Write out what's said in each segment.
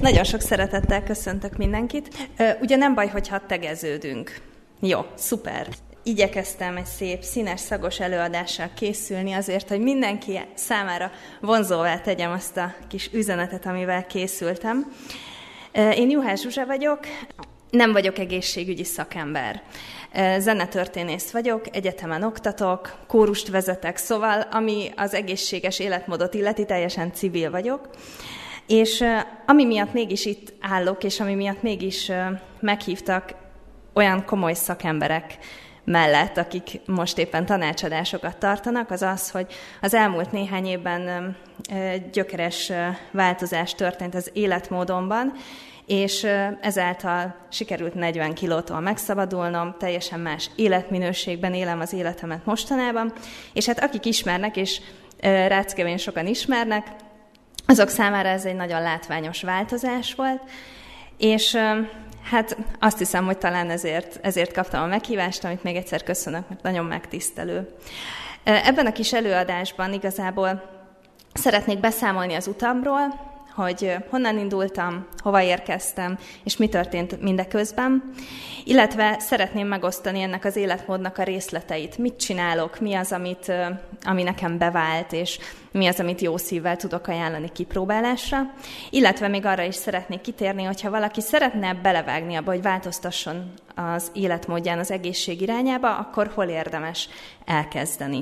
Nagyon sok szeretettel köszöntök mindenkit. Ugye nem baj, hogyha tegeződünk. Jó, szuper. Igyekeztem egy szép, színes, szagos előadással készülni azért, hogy mindenki számára vonzóvá tegyem azt a kis üzenetet, amivel készültem. Én Juhász Zsuzsa vagyok, nem vagyok egészségügyi szakember. Zenetörténész vagyok, egyetemen oktatok, kórust vezetek, szóval ami az egészséges életmódot illeti, teljesen civil vagyok. És ami miatt mégis itt állok, és ami miatt mégis meghívtak olyan komoly szakemberek mellett, akik most éppen tanácsadásokat tartanak, az az, hogy az elmúlt néhány évben gyökeres változás történt az életmódomban, és ezáltal sikerült 40 kilótól megszabadulnom, teljesen más életminőségben élem az életemet mostanában, és hát akik ismernek, és ráckevén sokan ismernek, azok számára ez egy nagyon látványos változás volt, és hát azt hiszem, hogy talán ezért kaptam a meghívást, amit még egyszer köszönök, mert nagyon megtisztelő. Ebben a kis előadásban igazából szeretnék beszámolni az utamról, hogy honnan indultam, hova érkeztem, és mi történt mindeközben, illetve szeretném megosztani ennek az életmódnak a részleteit. Mit csinálok, mi az, ami nekem bevált, és mi az, amit jó szívvel tudok ajánlani kipróbálásra, illetve még arra is szeretnék kitérni, hogyha valaki szeretne belevágni abba, hogy változtasson az életmódján az egészség irányába, akkor hol érdemes elkezdeni.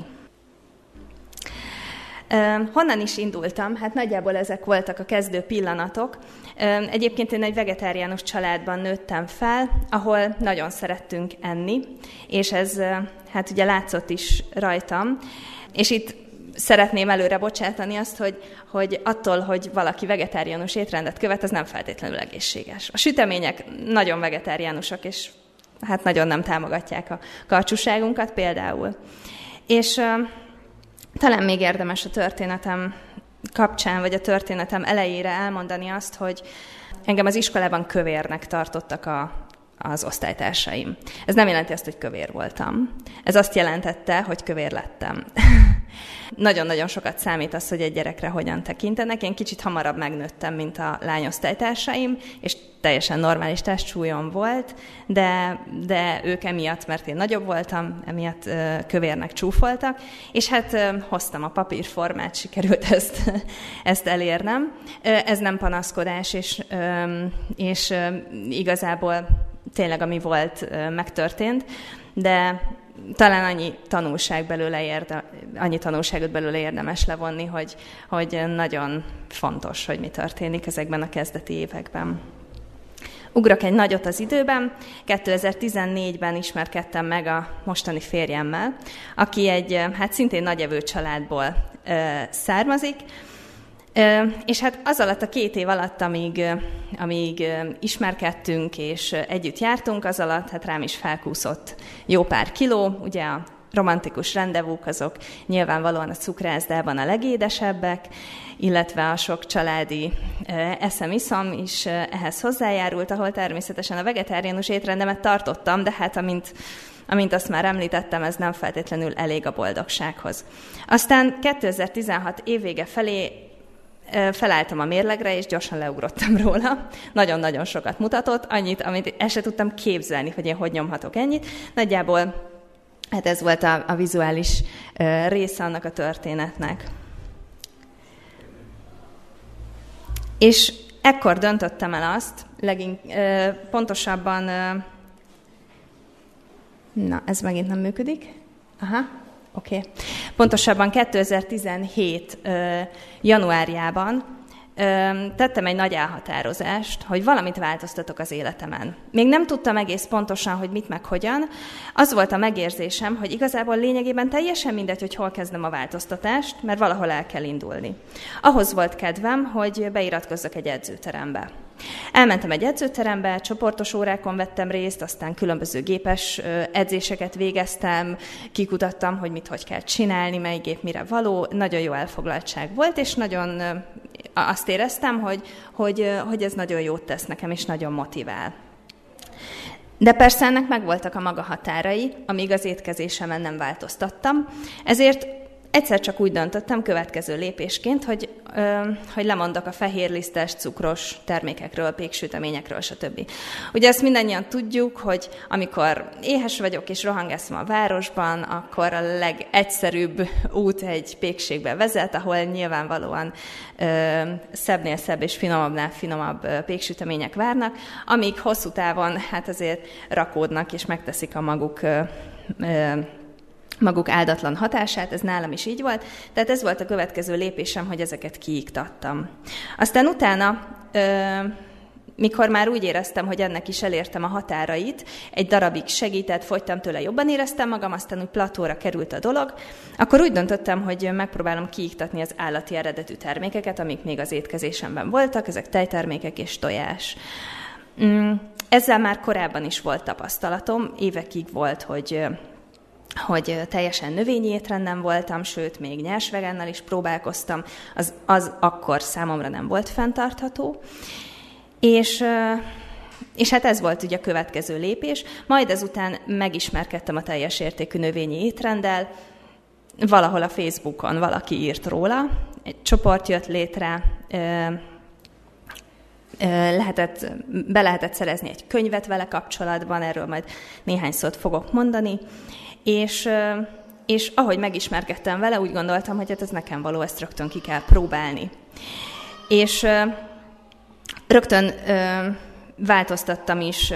Honnan is indultam? Hát nagyjából ezek voltak a kezdő pillanatok. Egyébként én egy vegetáriánus családban nőttem fel, ahol nagyon szerettünk enni, és ez hát ugye látszott is rajtam. És itt szeretném előre bocsátani azt, hogy attól, hogy valaki vegetáriánus étrendet követ, az nem feltétlenül egészséges. A sütemények nagyon vegetáriánusak, és hát nagyon nem támogatják a karcsúságunkat például. És talán még érdemes a történetem kapcsán, vagy a történetem elejére elmondani azt, hogy engem az iskolában kövérnek tartottak az osztálytársaim. Ez nem jelenti azt, hogy kövér voltam. Ez azt jelentette, hogy kövér lettem. Nagyon-nagyon sokat számít az, hogy egy gyerekre hogyan tekintenek. Én kicsit hamarabb megnőttem, mint a lányosztálytársaim, és teljesen normális testsúlyom volt, de ők emiatt, mert én nagyobb voltam, emiatt kövérnek csúfoltak, és hát hoztam a papírformát, sikerült ezt elérnem. Ez nem panaszkodás, és igazából tényleg ami volt, megtörtént, de talán annyi tanulságot belőle érdemes levonni, hogy nagyon fontos, hogy mi történik ezekben a kezdeti években. Ugrok egy nagyot az időben, 2014-ben ismerkedtem meg a mostani férjemmel, aki egy hát szintén nagyevő családból származik, és hát az alatt a 2 év alatt, amíg ismerkedtünk és együtt jártunk, az alatt hát rám is felkúszott jó pár kiló. Ugye a romantikus rendezvúk azok nyilvánvalóan a cukrászdában a legédesebbek, illetve a sok családi eszem-iszom is ehhez hozzájárult, ahol természetesen a vegetáriánus étrendemet tartottam, de hát amint azt már említettem, ez nem feltétlenül elég a boldogsághoz. Aztán 2016 évvége felé felálltam a mérlegre, és gyorsan leugrottam róla. Nagyon-nagyon sokat mutatott, annyit, amit el sem tudtam képzelni, hogy én hogy nyomhatok ennyit. Nagyjából hát ez volt a vizuális része annak a történetnek. És ekkor döntöttem el azt, pontosabban, na, ez megint nem működik. Aha. Oké. Pontosabban 2017. Januárjában tettem egy nagy elhatározást, hogy valamit változtatok az életemen. Még nem tudtam egész pontosan, hogy mit meg hogyan. Az volt a megérzésem, hogy igazából lényegében teljesen mindegy, hogy hol kezdem a változtatást, mert valahol el kell indulni. Ahhoz volt kedvem, hogy beiratkozzak egy edzőterembe. Elmentem egy edzőterembe, csoportos órákon vettem részt, aztán különböző gépes edzéseket végeztem, kikutattam, hogy hogy kell csinálni, mely gép mire való, nagyon jó elfoglaltság volt, és nagyon azt éreztem, hogy ez nagyon jót tesz nekem, és nagyon motivál. De persze ennek megvoltak a maga határai, amíg az étkezésemen nem változtattam, ezért egyszer csak úgy döntöttem következő lépésként, hogy lemondok a fehérlisztes, cukros termékekről, péksüteményekről, stb. Ugye ezt mindannyian tudjuk, hogy amikor éhes vagyok és rohangászom a városban, akkor a legegyszerűbb út egy pékségbe vezet, ahol nyilvánvalóan szebbnél szebb és finomabbnál finomabb péksütemények várnak, amíg hosszú távon hát azért rakódnak és megteszik a maguk áldatlan hatását, ez nálam is így volt, tehát ez volt a következő lépésem, hogy ezeket kiiktattam. Aztán utána, mikor már úgy éreztem, hogy ennek is elértem a határait, egy darabig segített, fogytam tőle, jobban éreztem magam, aztán úgy platóra került a dolog, akkor úgy döntöttem, hogy megpróbálom kiiktatni az állati eredetű termékeket, amik még az étkezésemben voltak, ezek tejtermékek és tojás. Ezzel már korábban is volt tapasztalatom, évekig volt, hogy teljesen növényi étrenden voltam, sőt, még nyers vegánnal is próbálkoztam, az akkor számomra nem volt fenntartható. És hát ez volt ugye a következő lépés, majd ezután megismerkedtem a teljes értékű növényi étrenddel, valahol a Facebookon valaki írt róla, egy csoport jött létre, be lehetett szerezni egy könyvet vele kapcsolatban, erről majd néhány szót fogok mondani, és ahogy megismerkedtem vele, úgy gondoltam, hogy hát ez nekem való, ezt rögtön ki kell próbálni. És rögtön változtattam is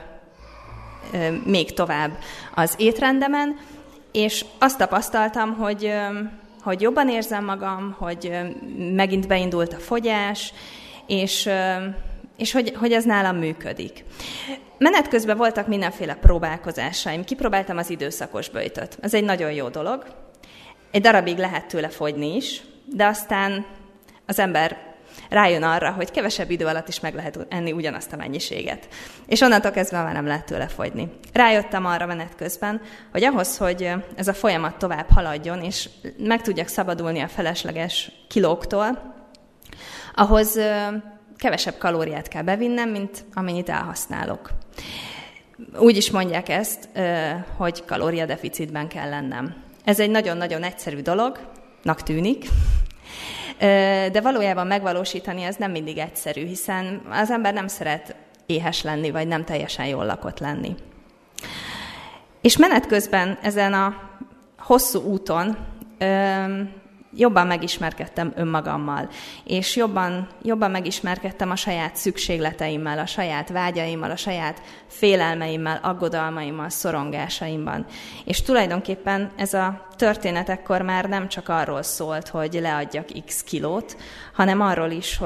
még tovább az étrendemen, és azt tapasztaltam, hogy jobban érzem magam, hogy megint beindult a fogyás, és hogy ez nálam működik. Menet közben voltak mindenféle próbálkozásaim. Kipróbáltam az időszakos böjtöt. Ez egy nagyon jó dolog. Egy darabig lehet tőle fogyni is, de aztán az ember rájön arra, hogy kevesebb idő alatt is meg lehet enni ugyanazt a mennyiséget. És onnantól kezdve már nem lehet tőle fogyni. Rájöttem arra menet közben, hogy ahhoz, hogy ez a folyamat tovább haladjon, és meg tudjak szabadulni a felesleges kilóktól, ahhoz kevesebb kalóriát kell bevinnem, mint amennyit elhasználok. Úgy is mondják ezt, hogy kalóriadeficitben kell lennem. Ez egy nagyon-nagyon egyszerű dolognak tűnik, de valójában megvalósítani ez nem mindig egyszerű, hiszen az ember nem szeret éhes lenni, vagy nem teljesen jól lakott lenni. És menet közben ezen a hosszú úton jobban megismerkedtem önmagammal, és jobban megismerkedtem a saját szükségleteimmel, a saját vágyaimmal, a saját félelmeimmel, aggodalmaimmal, szorongásaimban. És tulajdonképpen ez a történet ekkor már nem csak arról szólt, hogy leadjak x kilót, hanem arról is,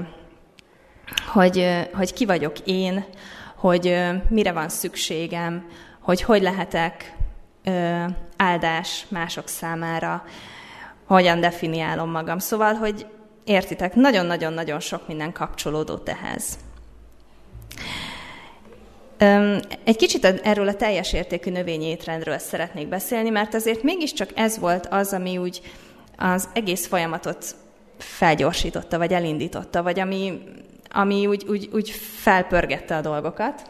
hogy ki vagyok én, hogy mire van szükségem, hogy lehetek áldás mások számára, hogyan definiálom magam. Szóval, hogy értitek, nagyon-nagyon-nagyon sok minden kapcsolódott ehhez. Egy kicsit erről a teljes értékű növényi étrendről szeretnék beszélni, mert azért mégiscsak ez volt az, ami úgy az egész folyamatot felgyorsította, vagy elindította, vagy ami úgy felpörgette a dolgokat.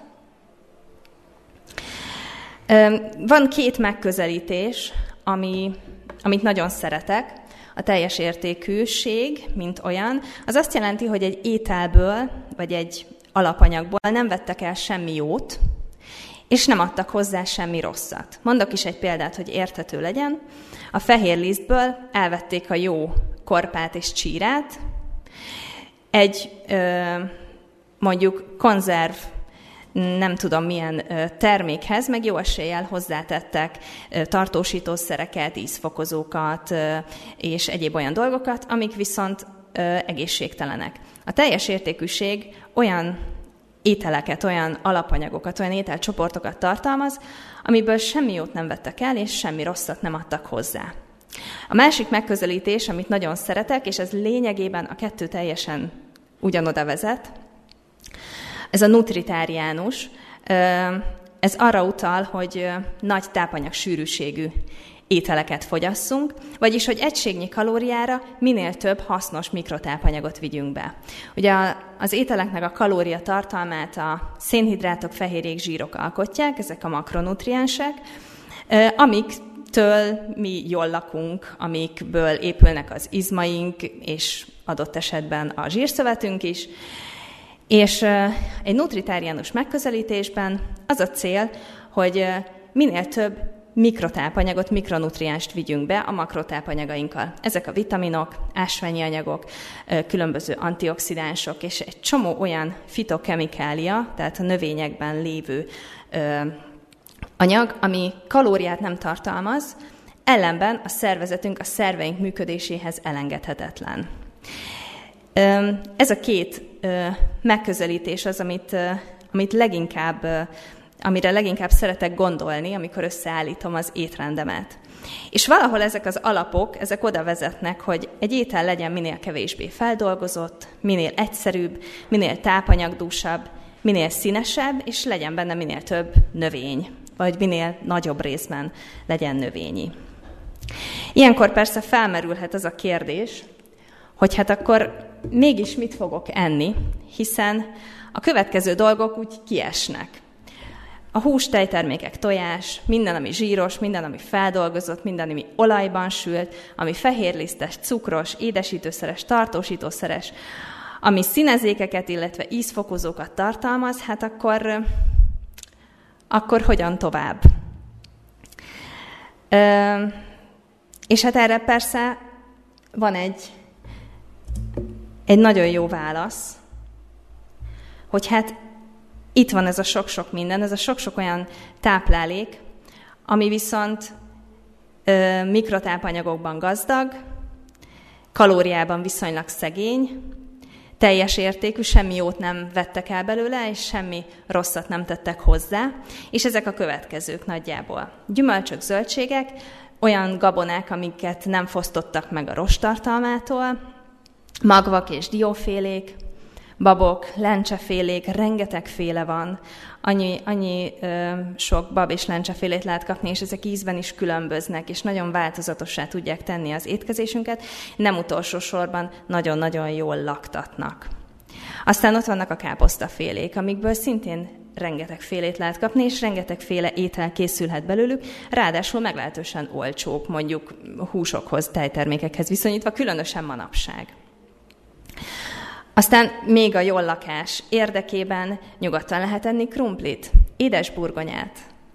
Van két megközelítés, amit nagyon szeretek. A teljes értékűség, mint olyan, az azt jelenti, hogy egy ételből, vagy egy alapanyagból nem vettek el semmi jót, és nem adtak hozzá semmi rosszat. Mondok is egy példát, hogy érthető legyen. A fehér lisztből elvették a jó korpát és csírát, egy mondjuk konzerv, nem tudom milyen termékhez, meg jó eséllyel hozzátettek tartósítószereket, ízfokozókat és egyéb olyan dolgokat, amik viszont egészségtelenek. A teljes értékűség olyan ételeket, olyan alapanyagokat, olyan ételcsoportokat tartalmaz, amiből semmi jót nem vettek el, és semmi rosszat nem adtak hozzá. A másik megközelítés, amit nagyon szeretek, és ez lényegében a kettő teljesen ugyanoda vezet, ez a nutritáriánus, ez arra utal, hogy nagy tápanyag sűrűségű ételeket fogyasszunk, vagyis, hogy egységnyi kalóriára minél több hasznos mikrotápanyagot vigyünk be. Ugye az ételeknek a kalóriatartalmát a szénhidrátok, fehérjék, zsírok alkotják, ezek a makronutriensek, amik amiktől mi jól lakunk, amikből épülnek az izmaink, és adott esetben a zsírszövetünk is. És egy nutritáriánus megközelítésben az a cél, hogy minél több mikrotápanyagot, mikronutriánst vigyünk be a makrotápanyagainkkal. Ezek a vitaminok, ásványi anyagok, különböző antioxidánsok, és egy csomó olyan fitokemikália, tehát a növényekben lévő anyag, ami kalóriát nem tartalmaz, ellenben a szervezetünk, a szerveink működéséhez elengedhetetlen. Ez a két megközelítés az, amire leginkább szeretek gondolni, amikor összeállítom az étrendemet. És valahol ezek az alapok, ezek oda vezetnek, hogy egy étel legyen minél kevésbé feldolgozott, minél egyszerűbb, minél tápanyagdúsabb, minél színesebb, és legyen benne minél több növény, vagy minél nagyobb részben legyen növényi. Ilyenkor persze felmerülhet az a kérdés, hogy hát akkor mégis mit fogok enni, hiszen a következő dolgok úgy kiesnek. A hús, tejtermékek, tojás, minden, ami zsíros, minden, ami feldolgozott, minden, ami olajban sült, ami fehérlisztes, cukros, édesítőszeres, tartósítószeres, ami színezékeket, illetve ízfokozókat tartalmaz, hát akkor hogyan tovább? És hát erre persze van egy nagyon jó válasz, hogy hát itt van ez a sok-sok minden, ez a sok-sok olyan táplálék, ami viszont mikrotápanyagokban gazdag, kalóriában viszonylag szegény, teljes értékű, semmi jót nem vettek el belőle, és semmi rosszat nem tettek hozzá, és ezek a következők nagyjából. Gyümölcsök, zöldségek, olyan gabonák, amiket nem fosztottak meg a rosttartalmától, magvak és diófélék, babok, lencsefélék, rengeteg féle van, annyi sok bab és lencsefélét lehet kapni, és ezek ízben is különböznek, és nagyon változatossá tudják tenni az étkezésünket, nem utolsó sorban nagyon-nagyon jól laktatnak. Aztán ott vannak a káposztafélék, amikből szintén rengeteg félét lehet kapni, és rengetegféle étel készülhet belőlük, ráadásul meglehetősen olcsók, mondjuk húsokhoz, tejtermékekhez viszonyítva, különösen manapság. Aztán még a jól lakás érdekében nyugodtan lehet enni krumplit, édesburgonyát.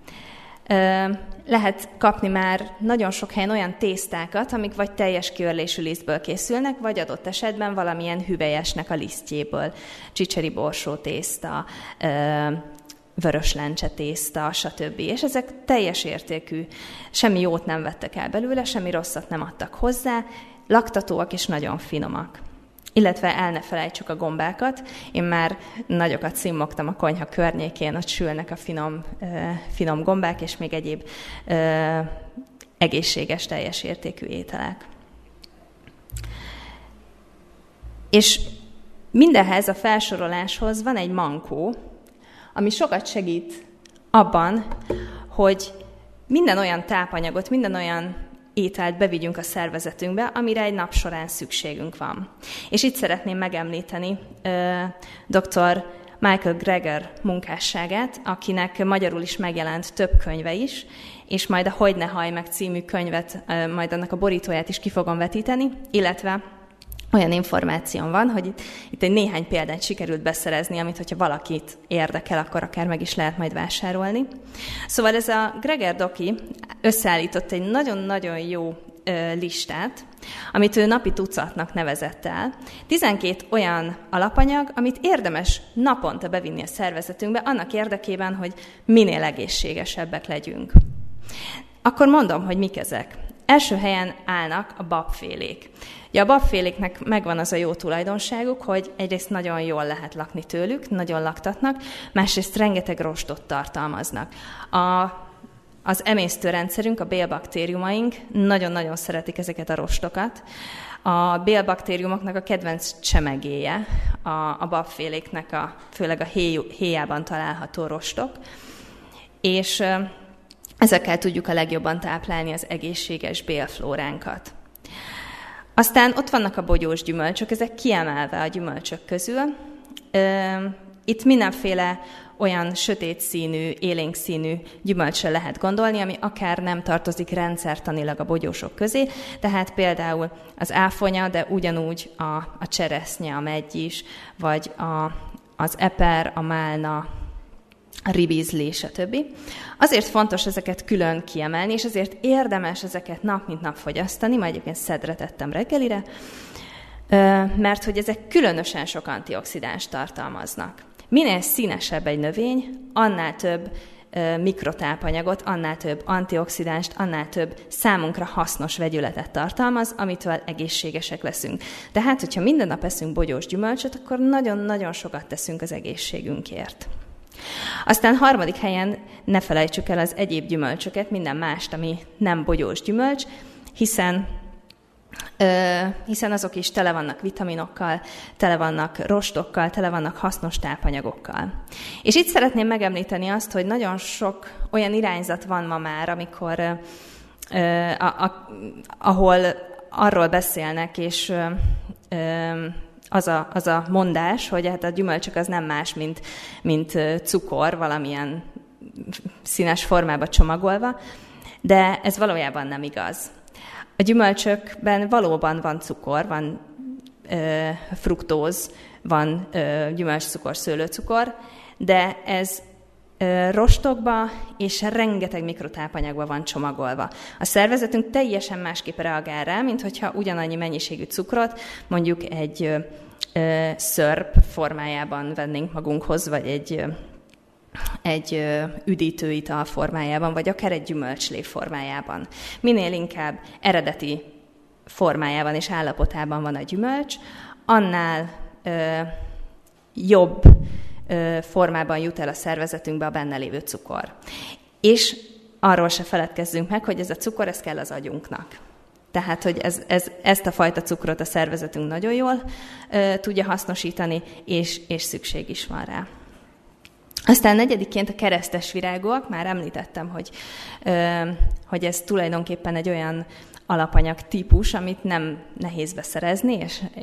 Lehet kapni már nagyon sok helyen olyan tésztákat, amik vagy teljes kiörlésű lisztből készülnek, vagy adott esetben valamilyen hüvelyesnek a lisztjéből. Csicseri borsó tészta, vörös lencse tészta, stb. És ezek teljes értékű, semmi jót nem vettek el belőle, semmi rosszat nem adtak hozzá, laktatóak és nagyon finomak. Illetve el ne felejtsük a gombákat. Én már nagyokat szimmogtam a konyha környékén, ott sülnek a finom gombák, és még egyéb egészséges, teljes értékű ételek. És mindehhez a felsoroláshoz van egy mankó, ami sokat segít abban, hogy minden olyan tápanyagot, minden olyan ételt bevigyünk a szervezetünkbe, amire egy nap során szükségünk van. És itt szeretném megemlíteni dr. Michael Greger munkásságát, akinek magyarul is megjelent több könyve is, és majd a Hogy ne hajj meg című könyvet, majd annak a borítóját is ki fogom vetíteni, illetve olyan információm van, hogy itt egy néhány példát sikerült beszerezni, amit, hogyha valakit érdekel, akkor akár meg is lehet majd vásárolni. Szóval ez a Greger doki összeállított egy nagyon-nagyon jó listát, amit ő napi tucatnak nevezett el. 12 olyan alapanyag, amit érdemes naponta bevinni a szervezetünkbe, annak érdekében, hogy minél egészségesebbek legyünk. Akkor mondom, hogy mik ezek. Első helyen állnak a babfélék. Ugye a babféléknek megvan az a jó tulajdonságuk, hogy egyrészt nagyon jól lehet lakni tőlük, nagyon laktatnak, másrészt rengeteg rostot tartalmaznak. Az emésztőrendszerünk, a bélbaktériumaink nagyon-nagyon szeretik ezeket a rostokat. A bélbaktériumoknak a kedvenc csemegéje a babféléknek, főleg a héjában található rostok, és ezekkel tudjuk a legjobban táplálni az egészséges bélflóránkat. Aztán ott vannak a bogyós gyümölcsök, ezek kiemelve a gyümölcsök közül. Itt mindenféle olyan sötét színű, élénk színű gyümölcsre lehet gondolni, ami akár nem tartozik rendszertanilag a bogyósok közé, tehát például az áfonya, de ugyanúgy a cseresznye, a meggyis, vagy az eper, a málna, a ribizli, stb. Azért fontos ezeket külön kiemelni, és azért érdemes ezeket nap mint nap fogyasztani, majd egyébként szedre tettem reggelire, mert hogy ezek különösen sok antioxidáns tartalmaznak. Minél színesebb egy növény, annál több mikrotápanyagot, annál több antioxidánst, annál több számunkra hasznos vegyületet tartalmaz, amitől egészségesek leszünk. Tehát, hogyha minden nap eszünk bogyós gyümölcsöt, akkor nagyon-nagyon sokat teszünk az egészségünkért. Aztán harmadik helyen ne felejtsük el az egyéb gyümölcsöket, minden mást, ami nem bogyós gyümölcs, hiszen azok is tele vannak vitaminokkal, tele vannak rostokkal, tele vannak hasznos tápanyagokkal. És itt szeretném megemlíteni azt, hogy nagyon sok olyan irányzat van ma már, amikor, ahol arról beszélnek, és az a mondás, hogy hát a gyümölcsök az nem más, mint cukor, valamilyen színes formába csomagolva, de ez valójában nem igaz. A gyümölcsökben valóban van cukor, van fruktóz, van gyümölcscukor, szőlőcukor, de ez rostokba és rengeteg mikrotápanyagba van csomagolva. A szervezetünk teljesen másképp reagál rá, mint hogyha ugyanannyi mennyiségű cukrot mondjuk egy szörp formájában vennénk magunkhoz, vagy egy üdítőital formájában, vagy akár egy gyümölcslé formájában. Minél inkább eredeti formájában és állapotában van a gyümölcs, annál jobb formában jut el a szervezetünkbe a benne lévő cukor. És arról se feledkezzünk meg, hogy ez a cukor, ez kell az agyunknak. Tehát, hogy ezt a fajta cukrot a szervezetünk nagyon jól tudja hasznosítani, és szükség is van rá. Aztán negyedikként a keresztes virágúak, már említettem, hogy ez tulajdonképpen egy olyan alapanyag típus, amit nem nehéz beszerezni,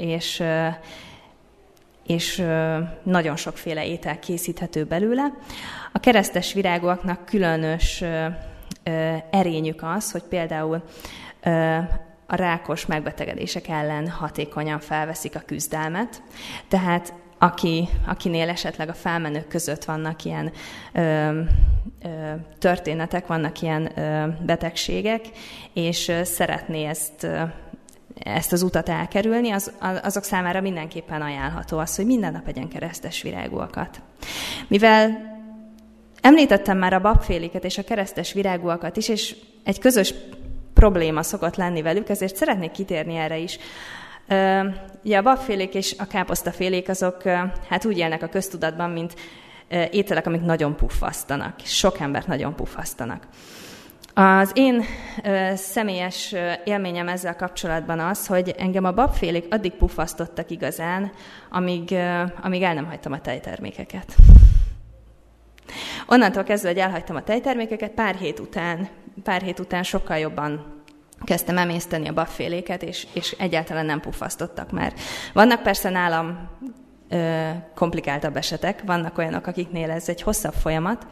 és nagyon sokféle étel készíthető belőle. A keresztes virágúaknak különös erényük az, hogy például a rákos megbetegedések ellen hatékonyan felveszik a küzdelmet, tehát akinél esetleg a felmenők között vannak ilyen történetek, vannak ilyen betegségek, és szeretné ezt az utat elkerülni, azok számára mindenképpen ajánlható az, hogy minden nap egyen keresztes virágúakat. Mivel említettem már a babféléket és a keresztes virágúakat is, és egy közös probléma szokott lenni velük, ezért szeretnék kitérni erre is. Ugye a babfélék és a káposztafélék azok hát úgy élnek a köztudatban, mint ételek, amik nagyon puffasztanak. Sok embert nagyon puffasztanak. Az én személyes élményem ezzel kapcsolatban az, hogy engem a babfélék addig puffasztottak igazán, amíg el nem hagytam a tejtermékeket. Onnantól kezdve, hogy elhagytam a tejtermékeket, pár hét után sokkal jobban kezdtem emészteni a babféléket, és egyáltalán nem puffasztottak már. Vannak persze nálam komplikáltabb esetek, vannak olyanok, akiknél ez egy hosszabb folyamat.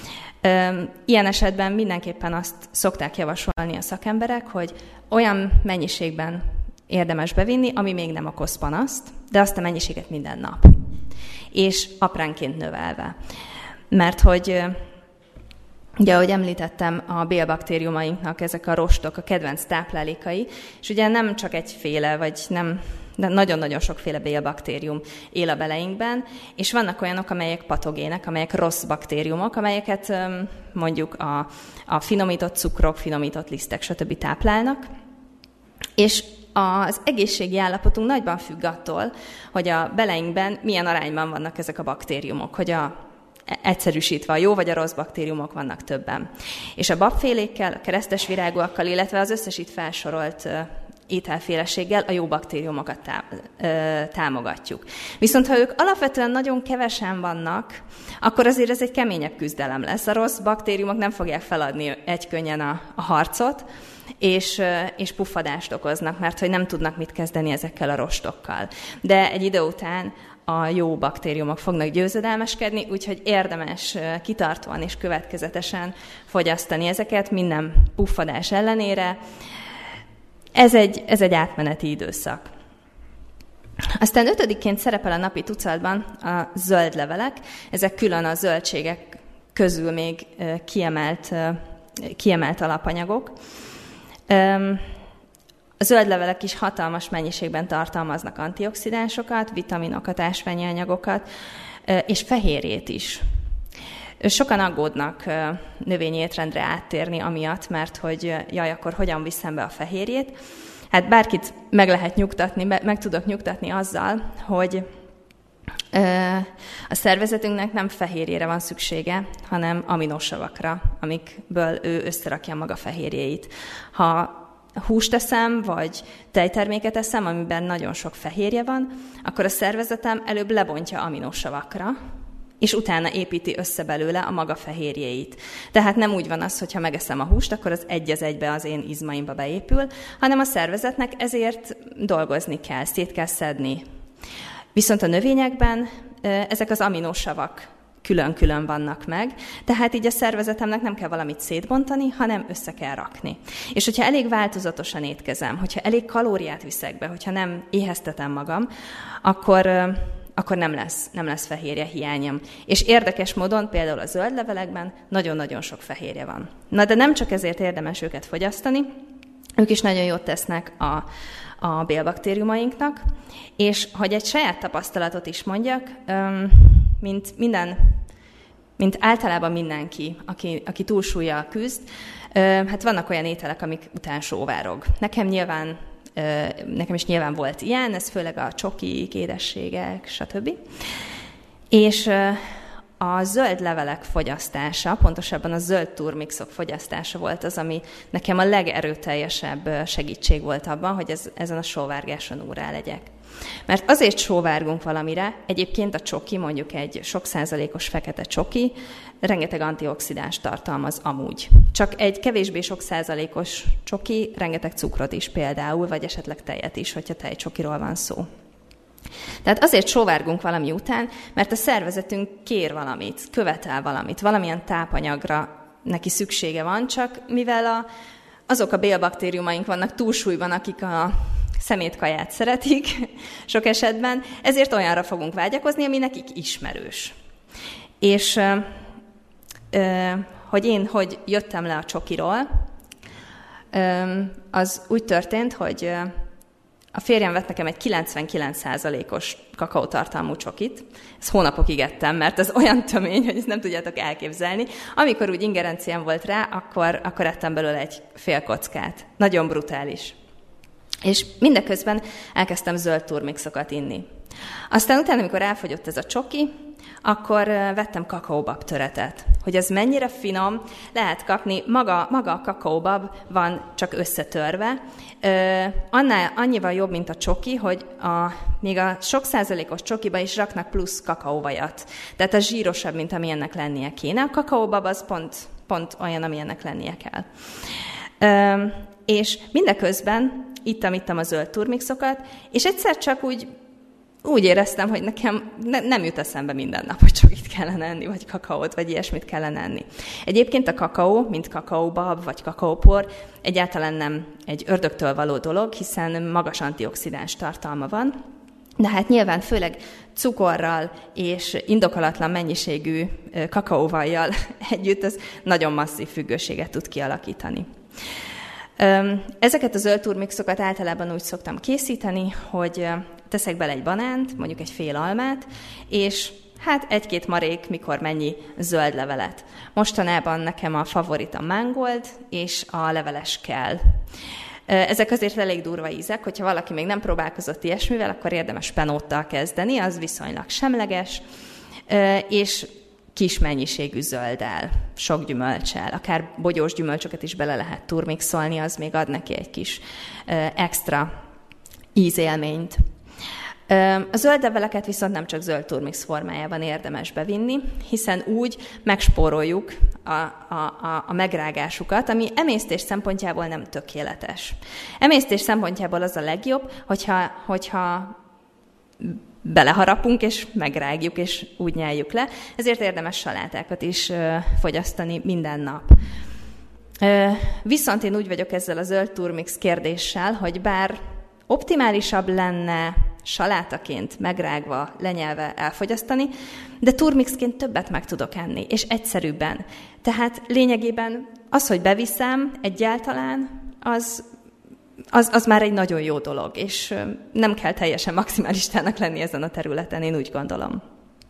Ilyen esetben mindenképpen azt szokták javasolni a szakemberek, hogy olyan mennyiségben érdemes bevinni, ami még nem okoz panaszt, de azt a mennyiséget minden nap. És apránként növelve. Mert hogy ugye, ahogy említettem, a bélbaktériumainknak ezek a rostok, a kedvenc táplálékai, és ugye nem csak egyféle, vagy nem, de nagyon-nagyon sokféle bélbaktérium él a beleinkben, és vannak olyanok, amelyek patogének, amelyek rossz baktériumok, amelyeket mondjuk a finomított cukrok, finomított lisztek, stb. Táplálnak, és az egészségi állapotunk nagyban függ attól, hogy a beleinkben milyen arányban vannak ezek a baktériumok, hogy egyszerűsítve a jó vagy a rossz baktériumok vannak többen. És a babfélékkel, a keresztes virágúakkal, illetve az összes itt felsorolt ételféleséggel a jó baktériumokat támogatjuk. Viszont ha ők alapvetően nagyon kevesen vannak, akkor azért ez egy keményebb küzdelem lesz. A rossz baktériumok nem fogják feladni egykönnyen a harcot, és puffadást okoznak, mert hogy nem tudnak mit kezdeni ezekkel a rostokkal. De egy idő után a jó baktériumok fognak győzedelmeskedni, úgyhogy érdemes kitartóan és következetesen fogyasztani ezeket minden puffadás ellenére. Ez egy átmeneti időszak. Aztán 5-ként szerepel a napi tucatban a zöld levelek, ezek külön a zöldségek közül még kiemelt alapanyagok. A zöld levelek is hatalmas mennyiségben tartalmaznak antioxidánsokat, vitaminokat, ásványi anyagokat, és fehérjét is. Sokan aggódnak növényi étrendre áttérni amiatt, mert hogy jaj, akkor hogyan viszem be a fehérjét. Hát bárkit meg lehet nyugtatni, meg tudok nyugtatni azzal, hogy a szervezetünknek nem fehérjére van szüksége, hanem aminosavakra, amikből ő összerakja maga fehérjéit. Ha húst eszem, vagy tejterméket eszem, amiben nagyon sok fehérje van, akkor a szervezetem előbb lebontja aminosavakra, és utána építi össze belőle a maga fehérjéit. Tehát nem úgy van az, hogy ha megeszem a húst, akkor az egy az egybe az én izmaimba beépül, hanem a szervezetnek ezért dolgozni kell, szét kell szedni. Viszont a növényekben ezek az aminosavak külön-külön vannak meg, tehát így a szervezetemnek nem kell valamit szétbontani, hanem össze kell rakni. És hogyha elég változatosan étkezem, hogyha elég kalóriát viszek be, hogyha nem éheztetem magam, akkor nem lesz fehérje hiányom. És érdekes módon például a zöld levelekben nagyon-nagyon sok fehérje van. Na de nem csak ezért érdemes őket fogyasztani, ők is nagyon jót tesznek a bélbaktériumainknak, és hogy egy saját tapasztalatot is mondjak, mint általában mindenki, aki túlsúllyal küzd, hát vannak olyan ételek, amik után sóvárog. Nekem is nyilván volt ilyen, ez főleg a csokik, édességek, stb. És a zöld levelek fogyasztása, pontosabban a zöld turmixok fogyasztása volt az, ami nekem a legerőteljesebb segítség volt abban, hogy ezen a sóvárgáson órá legyek. Mert azért sóvárgunk valamire, egyébként a csoki, mondjuk egy sok százalékos fekete csoki, rengeteg antioxidáns tartalmaz amúgy. Csak egy kevésbé sok százalékos csoki rengeteg cukrot is például, vagy esetleg tejet is, hogyha tejcsokiról van szó. Tehát azért sóvárgunk valami után, mert a szervezetünk kér valamit, követel valamit, valamilyen tápanyagra neki szüksége van, csak mivel azok a bélbaktériumaink vannak túlsúlyban, akik a szemétkaját szeretik sok esetben, ezért olyanra fogunk vágyakozni, ami nekik ismerős. És hogy jöttem le a csokiról, az úgy történt, hogy a férjem vett nekem egy 99%-os kakaótartalmú csokit. Ezt hónapokig ettem, mert ez olyan tömény, hogy ezt nem tudjátok elképzelni. Amikor úgy ingerenciám volt rá, akkor ettem belőle egy fél kockát. Nagyon brutális. És mindeközben elkezdtem zöld turmixokat inni. Aztán utána, amikor elfogyott ez a csoki, akkor vettem kakaóbab töretet. Hogy ez mennyire finom, lehet kapni, maga a kakaóbab van csak összetörve. Annyival jobb, mint a csoki, hogy még a sok százalékos csokiba is raknak plusz kakaóvajat. Tehát ez zsírosabb, mint amilyennek lennie kéne. A kakaóbab az pont olyan, amilyennek lennie kell. És mindeközben ittam a zöld turmixokat, és egyszer csak úgy éreztem, hogy nekem nem jut eszembe minden nap, hogy csokit kellene enni, vagy kakaót, vagy ilyesmit kellene enni. Egyébként a kakaó, mint kakaóbab, vagy kakaópor egyáltalán nem egy ördögtől való dolog, hiszen magas antioxidáns tartalma van, de hát nyilván főleg cukorral és indokolatlan mennyiségű kakaóvajjal együtt ez nagyon masszív függőséget tud kialakítani. Ezeket a zöld turmixokat általában úgy szoktam készíteni, hogy teszek bele egy banánt, mondjuk egy fél almát, és hát egy-két marék, mikor mennyi zöld levelet. Mostanában nekem a favorit a mangold és a leveles kell. Ezek azért elég durva ízek, hogyha valaki még nem próbálkozott ilyesmivel, akkor érdemes penóttal kezdeni, az viszonylag semleges, és kis mennyiségű zölddel, sok gyümölccsel, akár bogyós gyümölcsöket is bele lehet turmixolni, az még ad neki egy kis extra ízélményt. A zöld leveleket viszont nem csak zöld turmix formájában érdemes bevinni, hiszen úgy megspóroljuk a megrágásukat, ami emésztés szempontjából nem tökéletes. Emésztés szempontjából az a legjobb, hogyha beleharapunk, és megrágjuk, és úgy nyeljuk le. Ezért érdemes salátákat is fogyasztani minden nap. Viszont én úgy vagyok ezzel a zöld turmix kérdéssel, hogy bár optimálisabb lenne salátaként megrágva, lenyelve elfogyasztani, de turmixként többet meg tudok enni, és egyszerűbben. Tehát lényegében az, hogy beviszem egyáltalán, az már egy nagyon jó dolog, és nem kell teljesen maximálistának lenni ezen a területen, én úgy gondolom.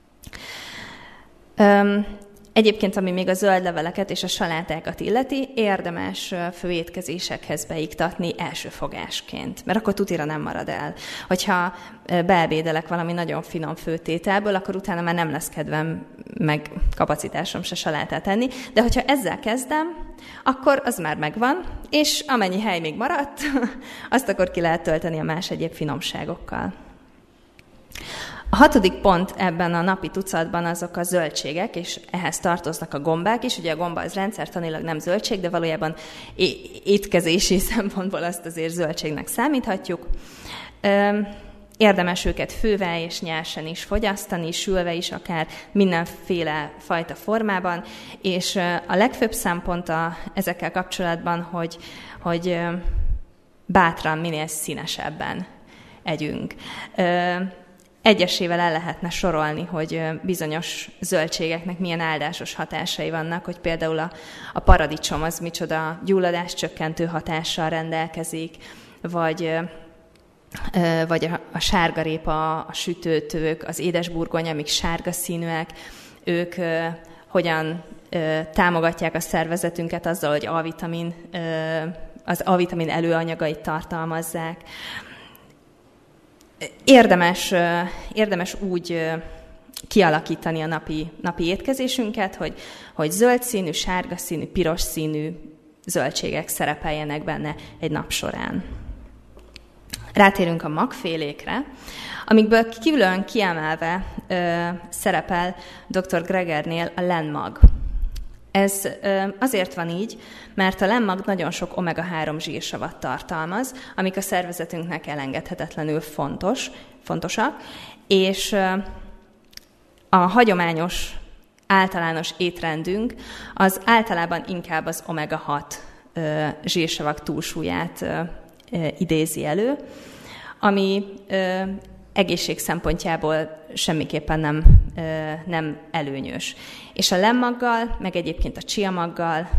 Egyébként, ami még a zöld leveleket és a salátákat illeti, érdemes főétkezésekhez beiktatni elsőfogásként, mert akkor tutira nem marad el. Hogyha beebédelek valami nagyon finom főtételből, akkor utána már nem lesz kedvem, meg kapacitásom se salátát enni, de hogyha ezzel kezdem, akkor az már megvan, és amennyi hely még maradt, azt akkor ki lehet tölteni a más egyéb finomságokkal. A 6. pont ebben a napi tucatban azok a zöldségek, és ehhez tartoznak a gombák is. Ugye a gomba az rendszertanilag nem zöldség, de valójában étkezési szempontból azt azért zöldségnek számíthatjuk. Érdemes őket fővel és nyersen is fogyasztani, sülve is, akár mindenféle fajta formában, és a legfőbb szempont ezekkel kapcsolatban, hogy bátran, minél színesebben együnk. Egyesével el lehetne sorolni, hogy bizonyos zöldségeknek milyen áldásos hatásai vannak, hogy például a paradicsom az micsoda gyulladáscsökkentő hatással rendelkezik, vagy a sárgarépa, a sütőtők, az édesburgonya, amik sárga színűek, ők hogyan támogatják a szervezetünket azzal, hogy az A-vitamin előanyagait tartalmazzák. Érdemes úgy kialakítani a napi étkezésünket, hogy zöld színű, sárga színű, piros színű zöldségek szerepeljenek benne egy nap során. Rátérünk a magfélékre, amikből külön kiemelve szerepel dr. Gregernél a lenmag. Ez azért van így, mert a lenmag nagyon sok omega-3 zsírsavat tartalmaz, amik a szervezetünknek elengedhetetlenül fontosak, és a hagyományos, általános étrendünk az általában inkább az omega-6 zsírsavak túlsúlyát idézi elő, ami egészség szempontjából semmiképpen nem előnyös. És a lenmaggal, meg egyébként a csiamaggal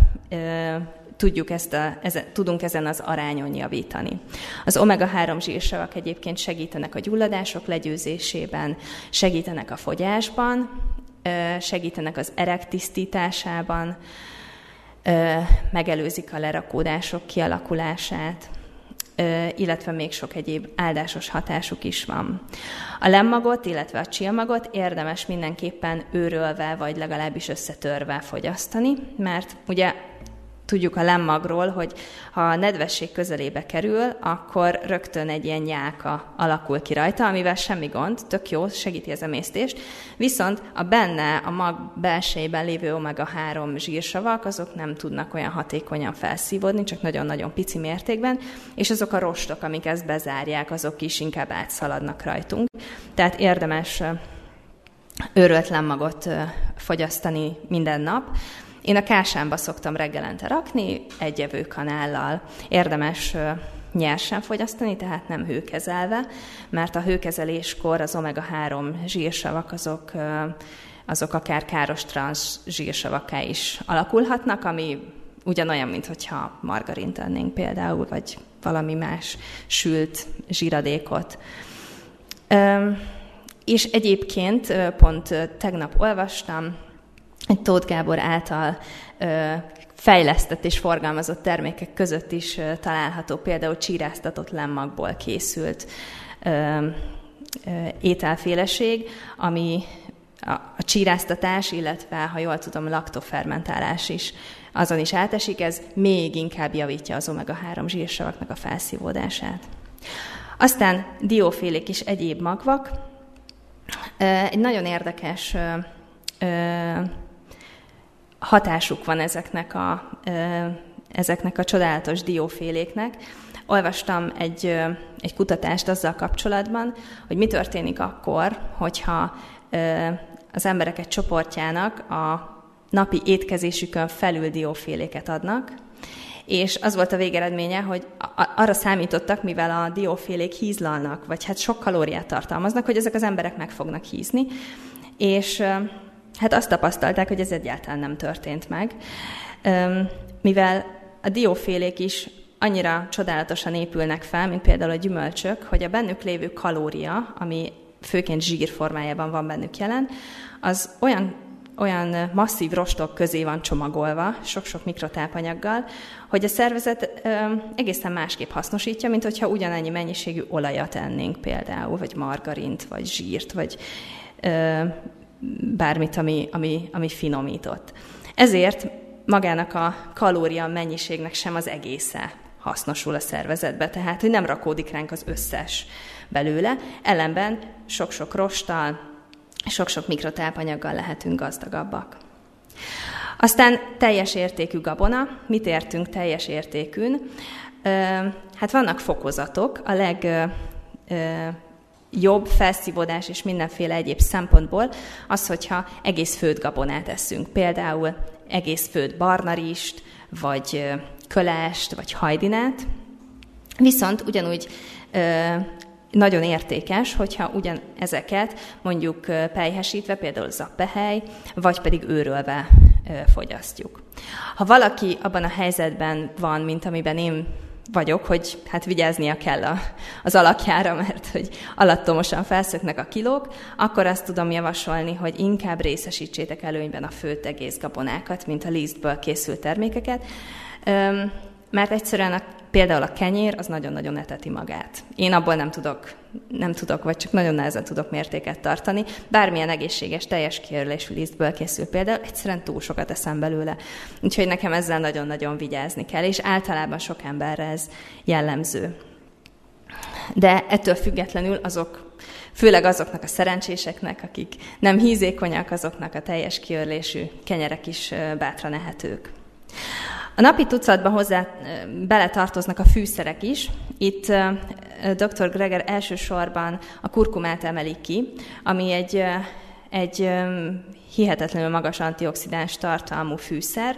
tudunk ezen az arányon javítani. Az omega-3 zsírsavak egyébként segítenek a gyulladások legyőzésében, segítenek a fogyásban, segítenek az erek tisztításában, megelőzik a lerakódások kialakulását, illetve még sok egyéb áldásos hatásuk is van. A lenmagot, illetve a csiamagot érdemes mindenképpen őrölve, vagy legalábbis összetörve fogyasztani, mert ugye tudjuk a lenmagról, hogy ha a nedvesség közelébe kerül, akkor rögtön egy ilyen nyálka alakul ki rajta, amivel semmi gond, tök jó, segíti az emésztést, viszont a mag belsejében lévő omega-3 zsírsavak, azok nem tudnak olyan hatékonyan felszívódni, csak nagyon-nagyon pici mértékben, és azok a rostok, amik ezt bezárják, azok is inkább átszaladnak rajtunk. Tehát érdemes őrölt lenmagot fogyasztani minden nap. Én a kásámba szoktam reggelente rakni, egy evőkanállal. Érdemes nyersen fogyasztani, tehát nem hőkezelve, mert a hőkezeléskor az omega-3 zsírsavak azok akár káros transz zsírsavakká is alakulhatnak, ami ugyanolyan, mintha margarint ennénk például, vagy valami más sült zsíradékot. És egyébként pont tegnap olvastam, egy Tóth Gábor által fejlesztett és forgalmazott termékek között is található például csíráztatott lenmagból készült ételféleség, ami a csíráztatás, illetve, ha jól tudom, laktofermentálás is azon is átesik, ez még inkább javítja az omega-3 zsírsavaknak a felszívódását. Aztán diófélék és egyéb magvak. Egy nagyon érdekes hatásuk van ezeknek a csodálatos dióféléknek. olvastam egy kutatást azzal kapcsolatban, hogy mi történik akkor, hogyha az emberek egy csoportjának a napi étkezésükön felül dióféléket adnak, és az volt a végeredménye, hogy arra számítottak, mivel a diófélék hízlalnak, vagy hát sok kalóriát tartalmaznak, hogy ezek az emberek meg fognak hízni, és hát azt tapasztalták, hogy ez egyáltalán nem történt meg, mivel a diófélék is annyira csodálatosan épülnek fel, mint például a gyümölcsök, hogy a bennük lévő kalória, ami főként zsír formájában van bennük jelen, az olyan masszív rostok közé van csomagolva, sok-sok mikrotápanyaggal, hogy a szervezet egészen másképp hasznosítja, mint hogyha ugyanannyi mennyiségű olajat ennénk például, vagy margarint, vagy zsírt, vagy bármit, ami finomított. Ezért magának a kalória mennyiségnek sem az egésze hasznosul a szervezetbe, tehát hogy nem rakódik ránk az összes belőle, ellenben sok-sok rosttal, sok-sok mikrotápanyaggal lehetünk gazdagabbak. Aztán teljes értékű gabona. Mit értünk teljes értékűn? Hát vannak fokozatok, a legjobb felszívódás és mindenféle egyéb szempontból az, hogyha egész főtt gabonát eszünk. Például egész főtt barnarist, vagy kölest, vagy hajdinát. Viszont ugyanúgy nagyon értékes, hogyha ezeket mondjuk pelyhesítve, például zappehely, vagy pedig őrölve fogyasztjuk. Ha valaki abban a helyzetben van, mint amiben én vagyok, hogy hát vigyáznia kell az alakjára, mert hogy alattomosan felszöknek a kilók, akkor azt tudom javasolni, hogy inkább részesítsétek előnyben a főtt egész gabonákat, mint a lisztből készült termékeket, mert egyszerűen például a kenyér az nagyon-nagyon eteti magát. Én abból nem tudok, vagy csak nagyon nehezen tudok mértéket tartani. Bármilyen egészséges, teljes kiörlésű lisztből készül például, egyszerűen túl sokat eszem belőle. Úgyhogy nekem ezzel nagyon-nagyon vigyázni kell, és általában sok emberre ez jellemző. De ettől függetlenül főleg azoknak a szerencséseknek, akik nem hízékonyak, azoknak a teljes kiörlésű kenyerek is bátran ehetők. A napi tucatba beletartoznak a fűszerek is. Itt dr. Greger elsősorban a kurkumát emeli ki, ami egy hihetetlenül magas antioxidáns tartalmú fűszer,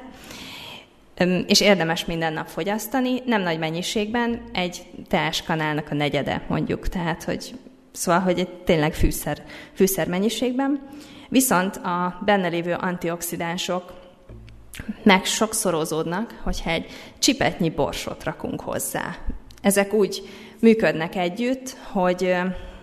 és érdemes minden nap fogyasztani, nem nagy mennyiségben, egy teáskanálnak a negyede mondjuk, tehát hogy tényleg fűszer mennyiségben. Viszont a benne lévő antioxidánsok meg sokszorozódnak, hogyha egy csipetnyi borsot rakunk hozzá. Ezek úgy működnek együtt, hogy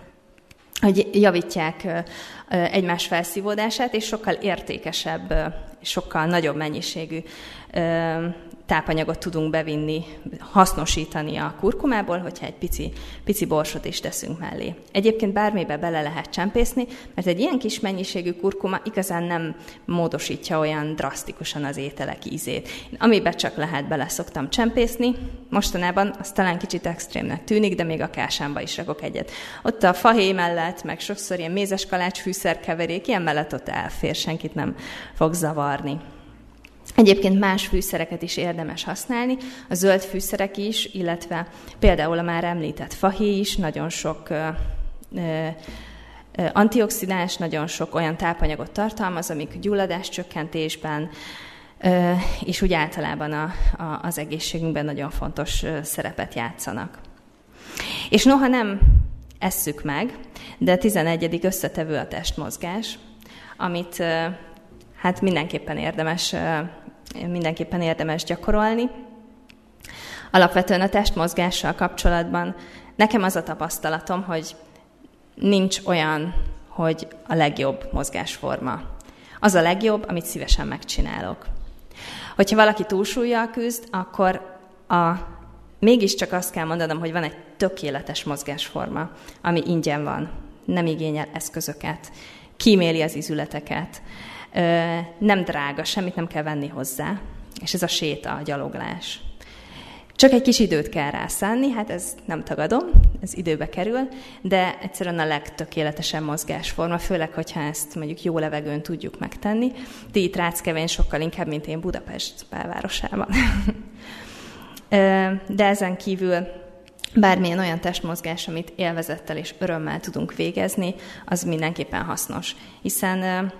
javítják egymás felszívódását, és sokkal értékesebb, sokkal nagyobb mennyiségű tápanyagot tudunk bevinni, hasznosítani a kurkumából, hogyha egy pici borsot is teszünk mellé. Egyébként bármibe bele lehet csempészni, mert egy ilyen kis mennyiségű kurkuma igazán nem módosítja olyan drasztikusan az ételek ízét. Amiben csak lehet, bele szoktam csempészni. Mostanában az talán kicsit extrémnek tűnik, de még a kásámba is rakok egyet. Ott a fahéj mellett, meg sokszor ilyen mézes kalács fűszerkeverék, ilyen mellett ott elfér, senkit nem fog zavarni. Egyébként más fűszereket is érdemes használni, a zöld fűszerek is, illetve például a már említett fahéj is nagyon sok antioxidáns, nagyon sok olyan tápanyagot tartalmaz, amik gyulladáscsökkentésben és úgy általában az egészségünkben nagyon fontos szerepet játszanak. És noha nem esszük meg, de a 11. összetevő a testmozgás, amit hát mindenképpen érdemes gyakorolni. Alapvetően a testmozgással kapcsolatban nekem az a tapasztalatom, hogy nincs olyan, hogy a legjobb mozgásforma. Az a legjobb, amit szívesen megcsinálok. Hogyha valaki túlsúllyal küzd, akkor mégiscsak azt kell mondanom, hogy van egy tökéletes mozgásforma, ami ingyen van, nem igényel eszközöket, kíméli az izületeket, nem drága, semmit nem kell venni hozzá, és ez a séta, a gyaloglás. Csak egy kis időt kell rászánni, hát ez nem tagadom, ez időbe kerül, de egyszerűen a legtökéletesebb mozgásforma, főleg, hogyha ezt mondjuk jó levegőn tudjuk megtenni. Ti itt Ráckevén sokkal inkább, mint én Budapest belvárosában. De ezen kívül bármilyen olyan testmozgás, amit élvezettel és örömmel tudunk végezni, az mindenképpen hasznos. Hiszen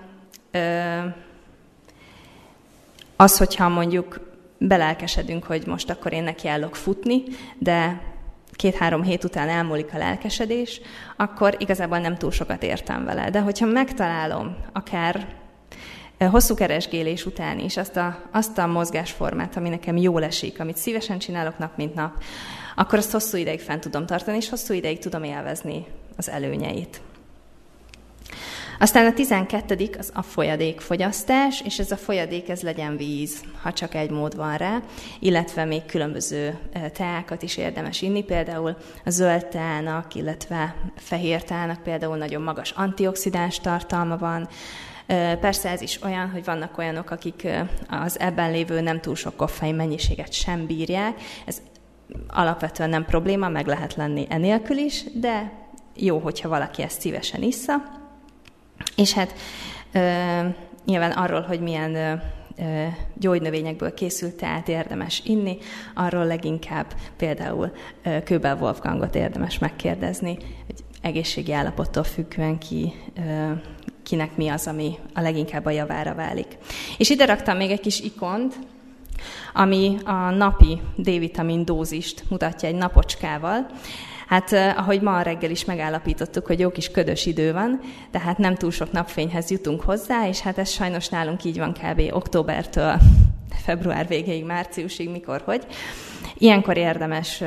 az, hogyha mondjuk belelkesedünk, hogy most akkor én nekiállok futni, de 2-3 hét után elmúlik a lelkesedés, akkor igazából nem túl sokat értem vele. De hogyha megtalálom akár hosszú keresgélés után is azt a mozgásformát, ami nekem jól esik, amit szívesen csinálok nap mint nap, akkor azt hosszú ideig fent tudom tartani, és hosszú ideig tudom élvezni az előnyeit. Aztán a 12. az a folyadékfogyasztás, és ez a folyadék, ez legyen víz, ha csak egy mód van rá, illetve még különböző teákat is érdemes inni, például a zöld teának, illetve fehér teának például nagyon magas antioxidáns tartalma van. Persze ez is olyan, hogy vannak olyanok, akik az ebben lévő nem túl sok koffein mennyiséget sem bírják. Ez alapvetően nem probléma, meg lehet lenni enélkül is, de jó, hogyha valaki ezt szívesen issza. És hát nyilván arról, hogy milyen gyógynövényekből készült teát érdemes inni, arról leginkább például Köbel Wolfgangot érdemes megkérdezni, hogy egészségi állapottól függően kinek mi az, ami a leginkább a javára válik. És ide raktam még egy kis ikont, ami a napi D-vitamin dózist mutatja egy napocskával. Hát, ahogy ma reggel is megállapítottuk, hogy jó kis ködös idő van, tehát nem túl sok napfényhez jutunk hozzá, és hát ez sajnos nálunk így van kb. Októbertől február végéig, márciusig, mikor, Ilyenkor érdemes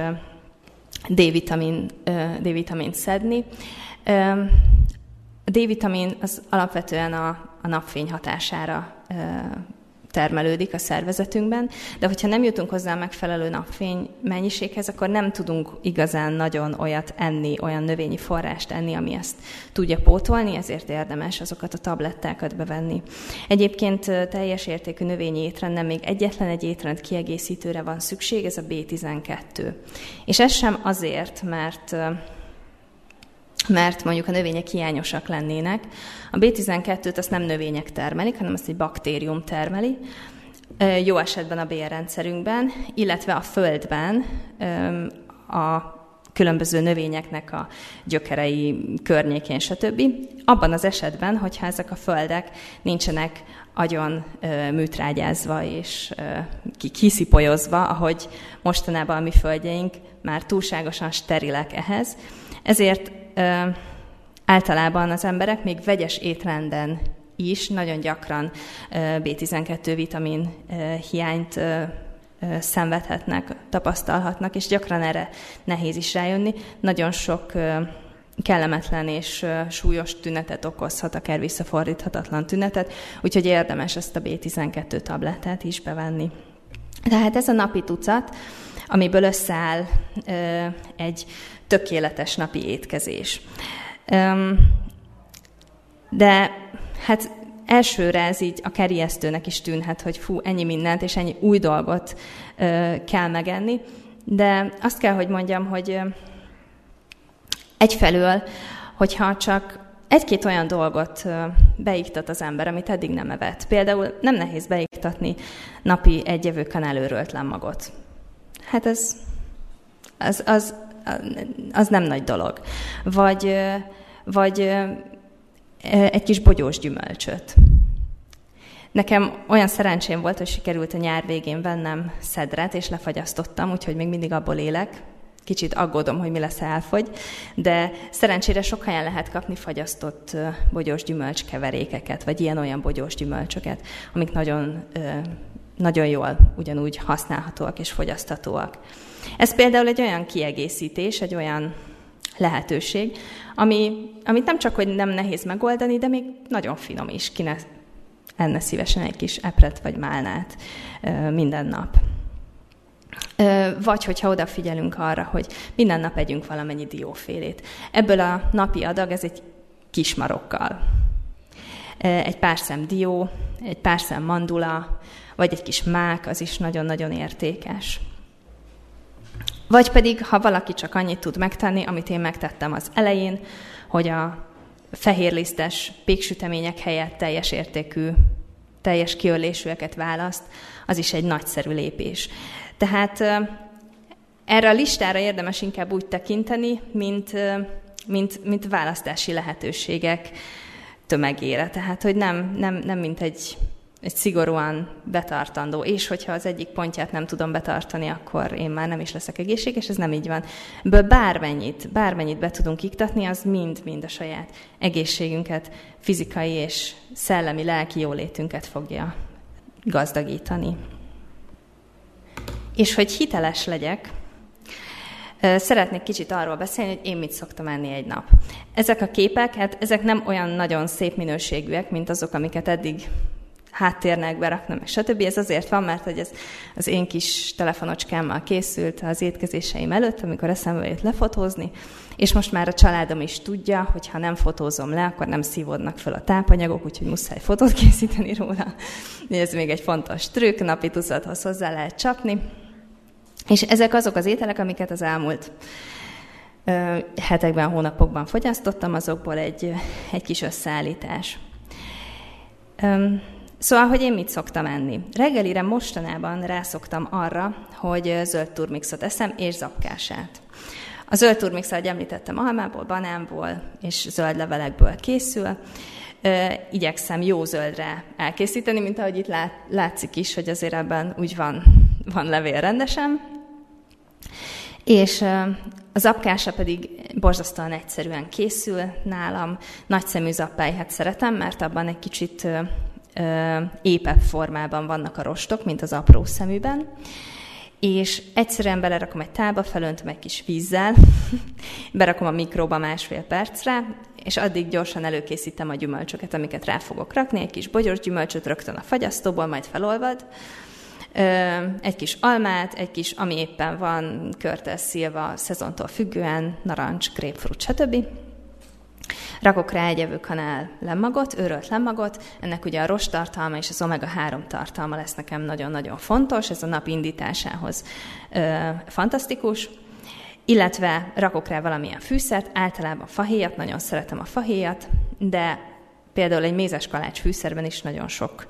D-vitamint szedni. A D-vitamin az alapvetően a napfény hatására termelődik a szervezetünkben, de hogyha nem jutunk hozzá a megfelelő napfény mennyiséghez, akkor nem tudunk igazán nagyon olyat enni, olyan növényi forrást enni, ami ezt tudja pótolni, ezért érdemes azokat a tablettákat bevenni. Egyébként teljes értékű növényi étrenden még egyetlen egy étrend kiegészítőre van szükség, ez a B12. És ez sem azért, mert mondjuk a növények hiányosak lennének. A B12-t azt nem növények termelik, hanem azt egy baktérium termeli, jó esetben a bélrendszerünkben, illetve a földben a különböző növényeknek a gyökerei környékén, stb. Abban az esetben, hogyha ezek a földek nincsenek agyon műtrágyázva és kiszipolyozva, ahogy mostanában a mi földjeink már túlságosan sterilek ehhez, ezért általában az emberek még vegyes étrenden is nagyon gyakran B12 vitamin hiányt szenvedhetnek, tapasztalhatnak, és gyakran erre nehéz is rájönni. Nagyon sok kellemetlen és súlyos tünetet okozhat, akár visszafordíthatatlan tünetet, úgyhogy érdemes ezt a B12 tablettát is bevenni. Tehát ez a napi tucat, amiből összeáll egy tökéletes napi étkezés. De hát elsőre ez így akár ijesztőnek is tűnhet, hogy fú, ennyi mindent és ennyi új dolgot kell megenni, de azt kell, hogy mondjam, hogy egyfelől, hogyha csak egy-két olyan dolgot beiktat az ember, amit eddig nem evett. Például nem nehéz beiktatni napi egy evő kanálőröltlen magot. Hát az nem nagy dolog. Vagy egy kis bogyós gyümölcsöt. Nekem olyan szerencsém volt, hogy sikerült a nyár végén vennem szedret, és lefagyasztottam, úgyhogy még mindig abból élek. Kicsit aggódom, hogy mi lesz, elfogy, de szerencsére sok helyen lehet kapni fagyasztott bogyós gyümölcskeverékeket, vagy ilyen-olyan bogyós gyümölcsöket, amik nagyon, nagyon jól ugyanúgy használhatóak és fogyaszthatóak. Ez például egy olyan kiegészítés, egy olyan lehetőség, amit nem csak, hogy nem nehéz megoldani, de még nagyon finom is. Ki ne enne szívesen egy kis epret vagy málnát minden nap. Vagy hogyha odafigyelünk arra, hogy minden nap együnk valamennyi diófélét. Ebből a napi adag, ez egy kis marokkal. Egy pár szem dió, egy pár szem mandula, vagy egy kis mák, az is nagyon-nagyon értékes. Vagy pedig, ha valaki csak annyit tud megtenni, amit én megtettem az elején, hogy a fehérlisztes péksütemények helyett teljes értékű, teljes kiörlésűeket választ, az is egy nagyszerű lépés. Tehát Erre a listára érdemes inkább úgy tekinteni, mint választási lehetőségek tömegére. Tehát, hogy nem mint egy szigorúan betartandó, és hogyha az egyik pontját nem tudom betartani, akkor én már nem is leszek egészséges, ez nem így van. Ebből bármennyit be tudunk iktatni, az mind a saját egészségünket, fizikai és szellemi, lelki jólétünket fogja gazdagítani. És hogy hiteles legyek, szeretnék kicsit arról beszélni, hogy én mit szoktam enni egy nap. Ezek a képek, hát ezek nem olyan nagyon szép minőségűek, mint azok, amiket eddig háttérnek beraknom, meg stb. Ez azért van, mert hogy ez az én kis telefonocskámmal készült az étkezéseim előtt, amikor eszembe jött lefotózni, és most már a családom is tudja, hogy ha nem fotózom le, akkor nem szívódnak fel a tápanyagok, úgyhogy muszáj fotót készíteni róla. Ez még egy fontos trükk, napi tucathoz hozzá lehet csapni. És ezek azok az ételek, amiket az elmúlt hetekben, hónapokban fogyasztottam, azokból egy kis összeállítás. Szóval, hogy én mit szoktam enni? Reggelire mostanában rászoktam arra, hogy zöld turmixot eszem, és zapkását. A zöld turmix, ahogy említettem, almából, banánból és zöld levelekből készül. Igyekszem jó zöldre elkészíteni, mint ahogy itt látszik is, hogy azért ebben úgy van levél rendesen. És a zapkása pedig borzasztóan egyszerűen készül nálam. Nagyszemű zappályhát szeretem, mert abban egy kicsit épebb formában vannak a rostok, mint az apró szeműben. És egyszerűen belerakom egy tálba, felöntöm egy kis vízzel, berakom a mikróba 1,5 percre, és addig gyorsan előkészítem a gyümölcsöket, amiket rá fogok rakni, egy kis bogyós gyümölcsöt rögtön a fagyasztóból, majd felolvad, egy kis almát, egy kis, ami éppen van, körtel, szilva, szezontól függően, narancs, grapefruit, stb. Rakok rá egy evőkanál lemmagot, őrölt lemmagot, ennek ugye a rosttartalma és az omega-3 tartalma lesz nekem nagyon-nagyon fontos, ez a nap indításához fantasztikus, illetve rakok rá valamilyen fűszert, általában fahéjat, nagyon szeretem a fahéjat, de például egy mézes kalács fűszerben is nagyon sok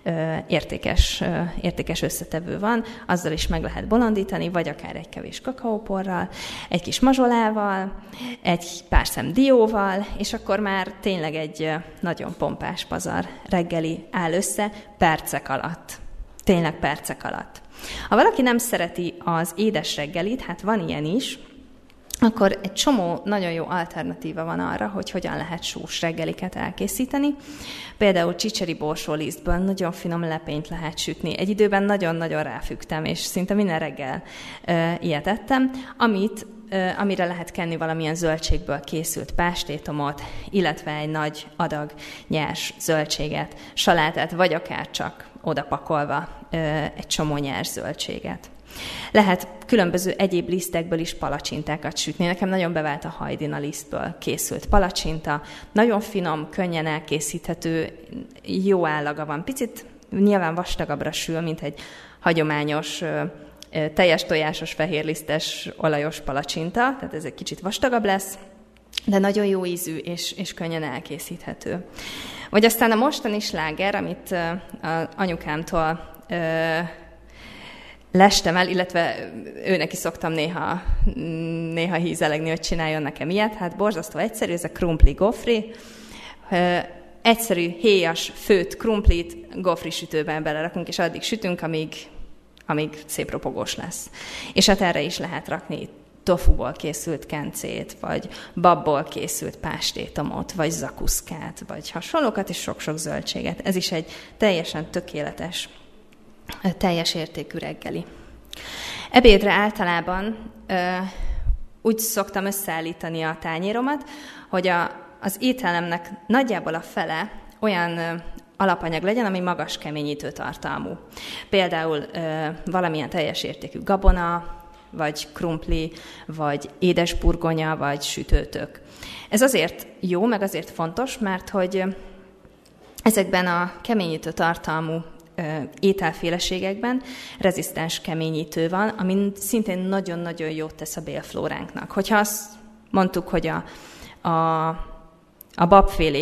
értékes összetevő van, azzal is meg lehet bolondítani, vagy akár egy kevés kakaóporral, egy kis mazsolával, egy pár szem dióval, és akkor már tényleg egy nagyon pompás pazar reggeli áll össze percek alatt. Tényleg percek alatt. Ha valaki nem szereti az édes reggelit, hát van ilyen is, akkor egy csomó nagyon jó alternatíva van arra, hogy hogyan lehet sós reggeliket elkészíteni. Például csicseri borsólisztből nagyon finom lepényt lehet sütni. Egy időben nagyon-nagyon ráfügtem, és szinte minden reggel ilyet ettem, amire lehet kenni valamilyen zöldségből készült pástétomot, illetve egy nagy adag nyers zöldséget, salátát, vagy akár csak odapakolva egy csomó nyers zöldséget. Lehet különböző egyéb lisztekből is palacsintákat sütni. Nekem nagyon bevált a hajdina lisztből készült palacsinta. Nagyon finom, könnyen elkészíthető, jó állaga van. Picit nyilván vastagabbra sül, mint egy hagyományos, teljes tojásos, fehérlisztes, olajos palacsinta. Tehát ez egy kicsit vastagabb lesz, de nagyon jó ízű és könnyen elkészíthető. Vagy aztán a mostani sláger, amit az anyukámtól lestem el, illetve őnek is szoktam néha hízelegni, hogy csináljon nekem ilyet. Hát borzasztó egyszerű, ez a krumpli gofri. Egyszerű, héjas, főtt krumplit gofrisütőben belerakunk, és addig sütünk, amíg szép ropogós lesz. És hát erre is lehet rakni tofuból készült kencét, vagy babból készült pástétomot, vagy zakuszkát, vagy hasonlókat, és sok-sok zöldséget. Ez is egy teljesen tökéletes, teljes értékű reggeli. Ebédre általában úgy szoktam összeállítani a tányéromat, hogy az ételemnek nagyjából a fele olyan alapanyag legyen, ami magas keményítő tartalmú. Például valamilyen teljes értékű gabona, vagy krumpli, vagy édesburgonya, vagy sütőtök. Ez azért jó, meg azért fontos, mert hogy ezekben a keményítő tartalmú ételféleségekben rezisztens keményítő van, ami szintén nagyon-nagyon jót tesz a bélflóránknak. Hogyha azt mondtuk, hogy a babfélék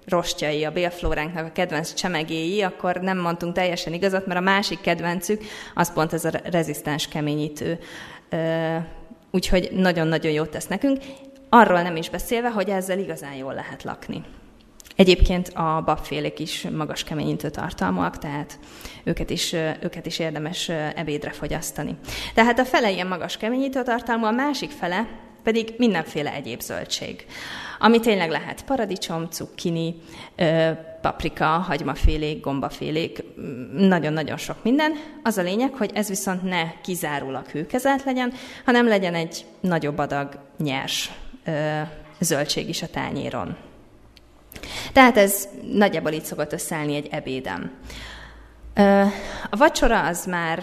rostjai, a bélflóránknak a kedvenc csemegéi, akkor nem mondtunk teljesen igazat, mert a másik kedvencük az pont ez a rezisztens keményítő. Úgyhogy nagyon-nagyon jót tesz nekünk. Arról nem is beszélve, hogy ezzel igazán jól lehet lakni. Egyébként a babfélék is magas keményítő tartalmúak, tehát őket is érdemes ebédre fogyasztani. Tehát a fele ilyen magas keményítő tartalmú, a másik fele pedig mindenféle egyéb zöldség. Ami tényleg lehet paradicsom, cukkini, paprika, hagymafélék, gombafélék, nagyon-nagyon sok minden. Az a lényeg, hogy ez viszont ne kizárólag hőkezelt legyen, hanem legyen egy nagyobb adag nyers zöldség is a tányéron. Tehát ez nagyjából így szokott összeállni egy ebédem. A vacsora az már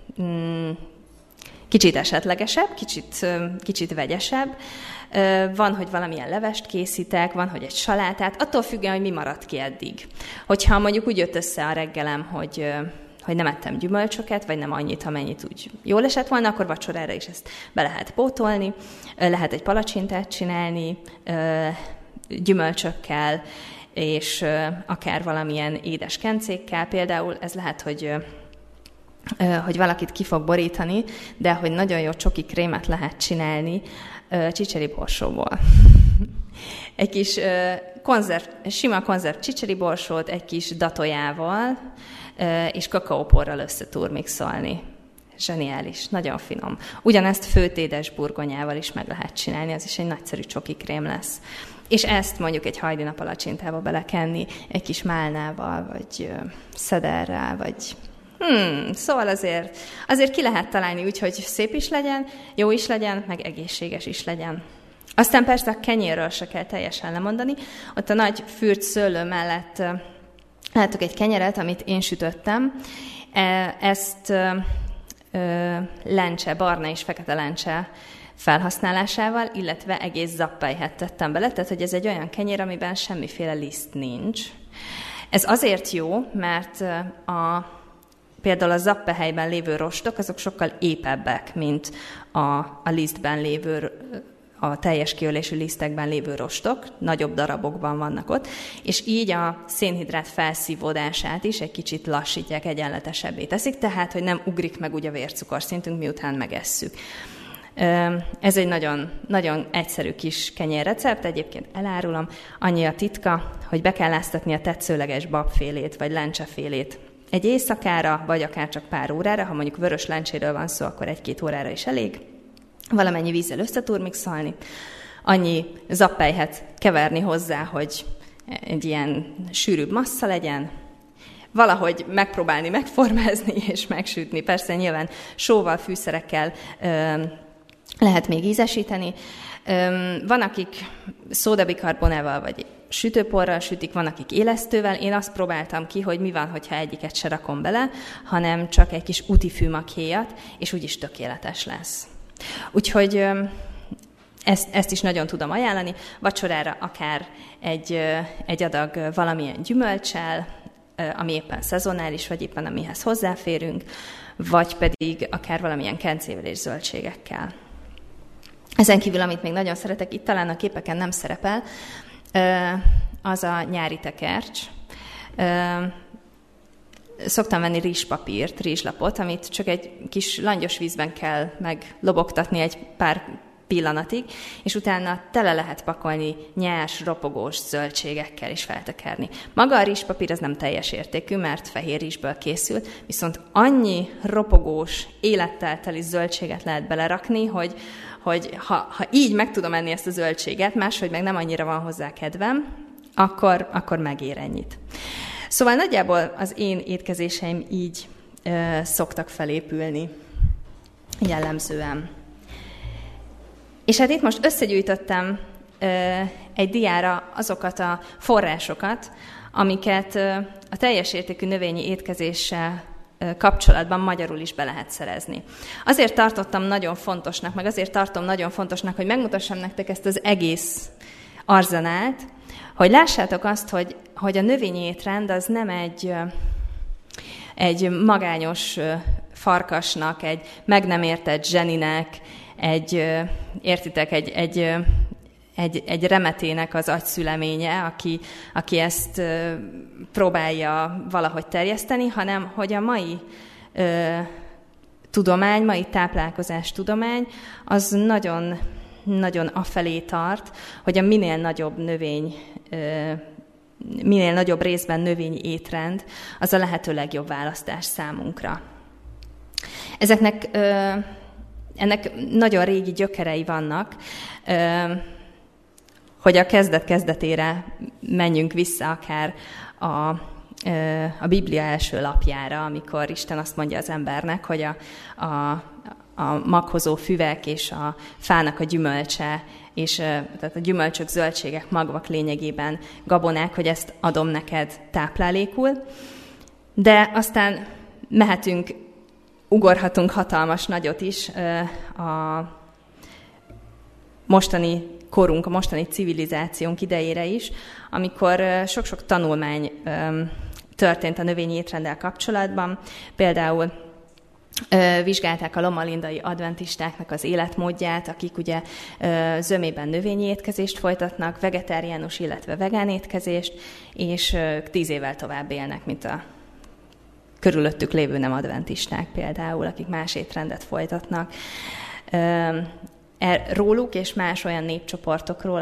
kicsit esetlegesebb, kicsit vegyesebb. Van, hogy valamilyen levest készítek, van, hogy egy salátát, attól függően, hogy mi maradt ki eddig. Hogyha mondjuk úgy jött össze a reggelem, hogy nem ettem gyümölcsöket, vagy nem annyit, amennyit úgy jól esett volna, akkor vacsorára is ezt be lehet pótolni. Lehet egy palacsintát csinálni gyümölcsökkel, és akár valamilyen édes kencékkel. Például ez lehet, hogy valakit ki fog borítani, de hogy nagyon jó csoki krémet lehet csinálni csicseriborsóból. Egy kis sima konzerv csicseriborsót egy kis datójával és kakaóporral összetúrmixolni. Zseniális, nagyon finom. Ugyanezt főtt édes burgonyával is meg lehet csinálni, az is egy nagyszerű csoki krém lesz. És ezt mondjuk egy hajdina palacsintába belekenni, egy kis málnával, vagy szederrel, vagy... Szóval azért ki lehet találni úgy, hogy szép is legyen, jó is legyen, meg egészséges is legyen. Aztán persze a kenyérről se kell teljesen lemondani. Ott a nagy fürt szőlő mellett láttuk egy kenyeret, amit én sütöttem. Ezt lencse, barna és fekete lencse felhasználásával, illetve egész zappelyhet tettem bele, tehát hogy ez egy olyan kenyér, amiben semmiféle liszt nincs. Ez azért jó, mert például a zappehelyben lévő rostok, azok sokkal épebbek, mint a lisztben lévő, a teljes kiölésű lisztekben lévő rostok, nagyobb darabokban vannak ott, és így a szénhidrát felszívódását is egy kicsit lassítják, egyenletesebbé teszik, tehát, hogy nem ugrik meg úgy a vércukorszintünk, miután megesszük. Ez egy nagyon, nagyon egyszerű kis kenyérrecept, egyébként elárulom, annyi a titka, hogy be kell áztatni a tetszőleges babfélét, vagy lencsefélét egy éjszakára, vagy akár csak pár órára, ha mondjuk vörös lencséről van szó, akkor 1-2 órára is elég, valamennyi vízzel összetúrmixolni, annyi zappelyhet keverni hozzá, hogy egy ilyen sűrűbb massza legyen, valahogy megpróbálni megformázni és megsütni. Persze nyilván sóval, fűszerekkel lehet még ízesíteni. Van, akik szódabikarbonával vagy sütőporral sütik, van, akik élesztővel. Én azt próbáltam ki, hogy mi van, hogyha egyiket se rakom bele, hanem csak egy kis utifűmakhéjat, és úgyis tökéletes lesz. Úgyhogy ezt is nagyon tudom ajánlani. Vacsorára akár egy adag valamilyen gyümölccsel, ami éppen szezonális, vagy éppen amihez hozzáférünk, vagy pedig akár valamilyen kencével és zöldségekkel. Ezen kívül, amit még nagyon szeretek, itt talán a képeken nem szerepel, az a nyári tekercs. Szoktam venni rizspapírt, rizslapot, amit csak egy kis langyos vízben kell meglobogtatni egy pár pillanatig, és utána tele lehet pakolni nyers, ropogós zöldségekkel és feltekerni. Maga a rizspapír az nem teljes értékű, mert fehér rizsből készült, viszont annyi ropogós, élettel teli zöldséget lehet belerakni, hogy ha így meg tudom enni ezt a zöldséget, máshogy meg nem annyira van hozzá kedvem, akkor megér ennyit. Szóval nagyjából az én étkezéseim így szoktak felépülni jellemzően. És hát itt most összegyűjtöttem egy diára azokat a forrásokat, amiket a teljes értékű növényi étkezéssel kapcsolatban magyarul is be lehet szerezni. Azért tartottam nagyon fontosnak, meg azért tartom nagyon fontosnak, hogy megmutassam nektek ezt az egész arzenált, hogy lássátok azt, hogy a növényi étrend az nem egy magányos farkasnak, egy meg nem értett zseninek, egy egy remetének az agyszüleménye, aki ezt próbálja valahogy terjeszteni, hanem hogy a mai tudomány, mai táplálkozás tudomány, az nagyon, nagyon afelé tart, hogy a minél nagyobb részben növényi étrend, az a lehető legjobb választás számunkra. Ennek nagyon régi gyökerei vannak, hogy a kezdet-kezdetére menjünk vissza akár a Biblia első lapjára, amikor Isten azt mondja az embernek, hogy a maghozó füvek és a fának a gyümölcse, és tehát a gyümölcsök, zöldségek, magvak lényegében gabonák, hogy ezt adom neked táplálékul. De aztán ugorhatunk hatalmas nagyot is a mostani korunk, a mostani civilizációnk idejére is, amikor sok-sok tanulmány történt a növényi étrenddel kapcsolatban. Például vizsgálták a lomalindai adventistáknak az életmódját, akik ugye zömében növényi étkezést folytatnak, vegetáriánus, illetve vegán étkezést, és 10 évvel tovább élnek, mint a körülöttük lévő nem adventisták például, akik más étrendet folytatnak. Róluk és más olyan népcsoportokról,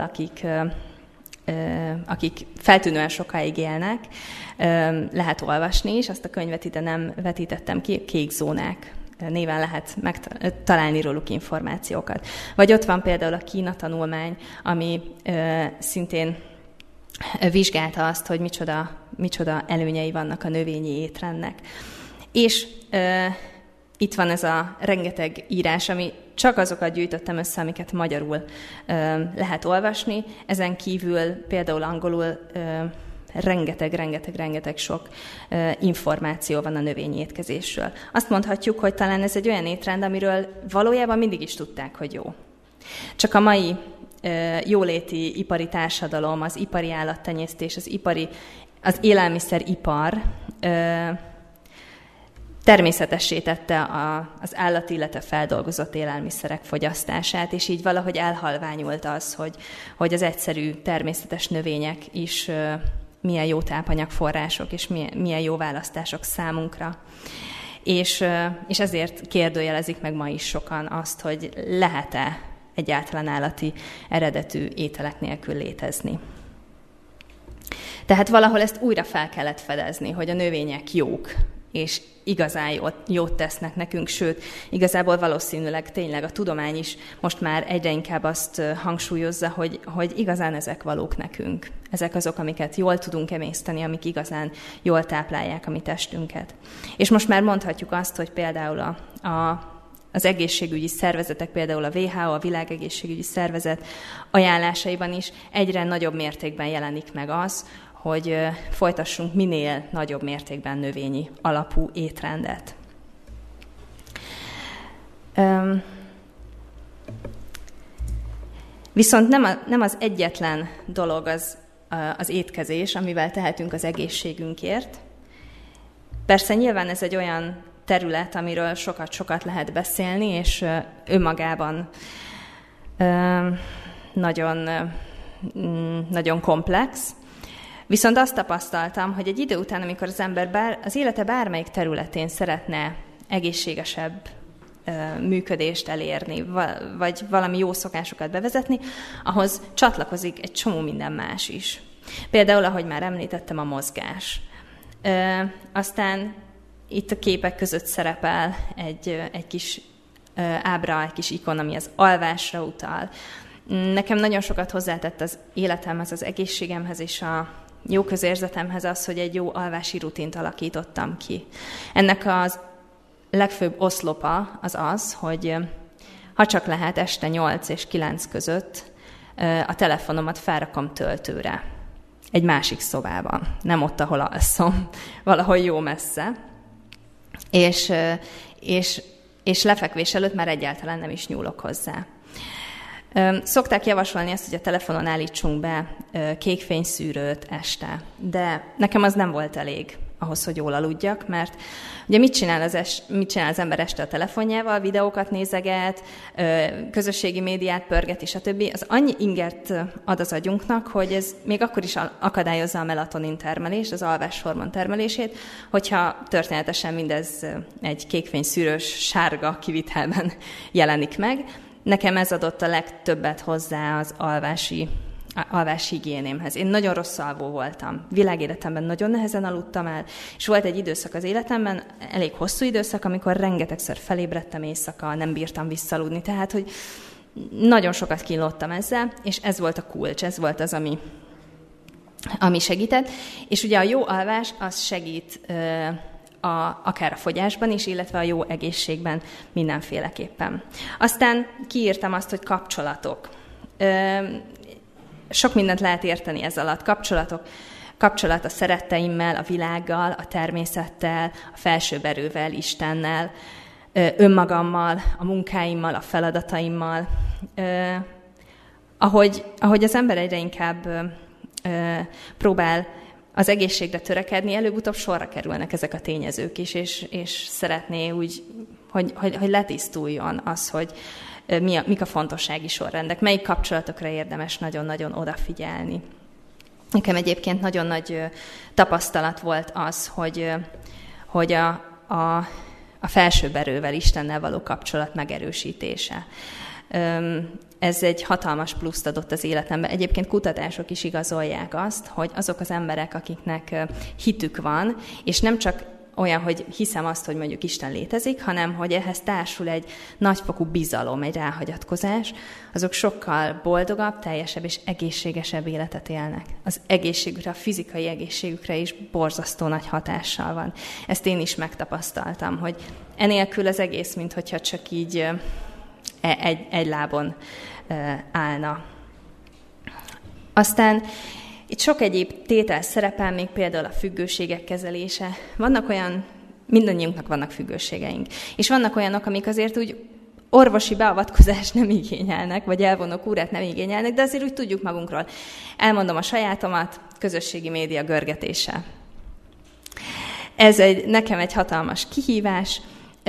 akik feltűnően sokáig élnek, lehet olvasni is, azt a könyvet ide nem vetítettem ki, Kék zónák néven lehet megtalálni róluk információkat. Vagy ott van például a Kína tanulmány, ami szintén vizsgálta azt, hogy micsoda előnyei vannak a növényi étrendnek. És itt van ez a rengeteg írás, ami csak azokat gyűjtöttem össze, amiket magyarul lehet olvasni. Ezen kívül például angolul rengeteg sok információ van a növényi étkezésről. Azt mondhatjuk, hogy talán ez egy olyan étrend, amiről valójában mindig is tudták, hogy jó. Csak a mai jóléti ipari társadalom, az ipari állattenyésztés, az élelmiszeripar természetessé tette az állati, illetve feldolgozott élelmiszerek fogyasztását, és így valahogy elhalványult az, hogy az egyszerű természetes növények is milyen jó tápanyagforrások, és milyen jó választások számunkra. És ezért kérdőjelezik meg ma is sokan azt, hogy lehet-e egyáltalán állati eredetű ételek nélkül létezni. Tehát valahol ezt újra fel kellett fedezni, hogy a növények jók, és igazán jót tesznek nekünk, sőt, igazából valószínűleg tényleg a tudomány is most már egyre inkább azt hangsúlyozza, hogy igazán ezek valók nekünk. Ezek azok, amiket jól tudunk emészteni, amik igazán jól táplálják a mi testünket. És most már mondhatjuk azt, hogy például az egészségügyi szervezetek, például a WHO, a Világegészségügyi Szervezet ajánlásaiban is egyre nagyobb mértékben jelenik meg az, hogy folytassunk minél nagyobb mértékben növényi alapú étrendet. Viszont nem az egyetlen dolog az étkezés, amivel tehetünk az egészségünkért. Persze nyilván ez egy olyan terület, amiről sokat lehet beszélni, és önmagában nagyon, nagyon komplex. Viszont azt tapasztaltam, hogy egy idő után, amikor az ember az élete bármelyik területén szeretne egészségesebb működést elérni, vagy valami jó szokásokat bevezetni, ahhoz csatlakozik egy csomó minden más is. Például, ahogy már említettem, a mozgás. Aztán itt a képek között szerepel egy kis ábra, egy kis ikon, ami az alvásra utal. Nekem nagyon sokat hozzátett az életemhez, az egészségemhez és a jó közérzetemhez az, hogy egy jó alvási rutint alakítottam ki. Ennek az legfőbb oszlopa az, hogy ha csak lehet este 8 és 9 között a telefonomat felrakom töltőre. Egy másik szobában, nem ott, ahol alszom, valahol jó messze. És lefekvés előtt már egyáltalán nem is nyúlok hozzá. Szokták javasolni azt, hogy a telefonon állítsunk be kékfényszűrőt este, de nekem az nem volt elég. ahhoz, hogy jól aludjak, mert ugye mit csinál az ember este a telefonjával, videókat nézeget, közösségi médiát pörget, és a többi, az annyi ingert ad az agyunknak, hogy ez még akkor is akadályozza a melatonin termelést, az alváshormon termelését, hogyha történetesen mindez egy kékfényszűrős sárga kivitelben jelenik meg. Nekem ez adott a legtöbbet hozzá az alvási higiénémhez. Én nagyon rossz alvó voltam. Világéletemben nagyon nehezen aludtam el, és volt egy időszak az életemben, elég hosszú időszak, amikor rengetegszer felébredtem éjszaka, nem bírtam visszaludni. Tehát, hogy nagyon sokat kínlottam ezzel, és ez volt a kulcs, ez volt az, ami segített. És ugye a jó alvás, az segít akár a fogyásban is, illetve a jó egészségben mindenféleképpen. Aztán kiírtam azt, hogy kapcsolatok. Sok mindent lehet érteni ez alatt. Kapcsolat a szeretteimmel, a világgal, a természettel, a felsőbb erővel, Istennel, önmagammal, a munkáimmal, a feladataimmal. Ahogy az ember egyre inkább próbál az egészségre törekedni, előbb-utóbb sorra kerülnek ezek a tényezők is, és szeretné úgy, hogy letisztuljon az, hogy mik a fontossági sorrendek, melyik kapcsolatokra érdemes nagyon-nagyon odafigyelni. Nekem egyébként nagyon nagy tapasztalat volt az, hogy a felsőbb erővel, Istennel való kapcsolat megerősítése. Ez egy hatalmas pluszt adott az életembe. Egyébként kutatások is igazolják azt, hogy azok az emberek, akiknek hitük van, és nem csak olyan, hogy hiszem azt, hogy mondjuk Isten létezik, hanem hogy ehhez társul egy nagyfokú bizalom, egy ráhagyatkozás, azok sokkal boldogabb, teljesebb és egészségesebb életet élnek. Az egészségükre, a fizikai egészségükre is borzasztó nagy hatással van. Ezt én is megtapasztaltam, hogy enélkül az egész, minthogyha csak így egy lábon állna. Aztán itt sok egyéb tétel szerepel, még például a függőségek kezelése. Mindannyiunknak vannak függőségeink. És vannak olyanok, amik azért úgy orvosi beavatkozást nem igényelnek, vagy elvonó kúrát nem igényelnek, de azért úgy tudjuk magunkról. Elmondom a sajátomat, közösségi média görgetése. Ez nekem egy hatalmas kihívás.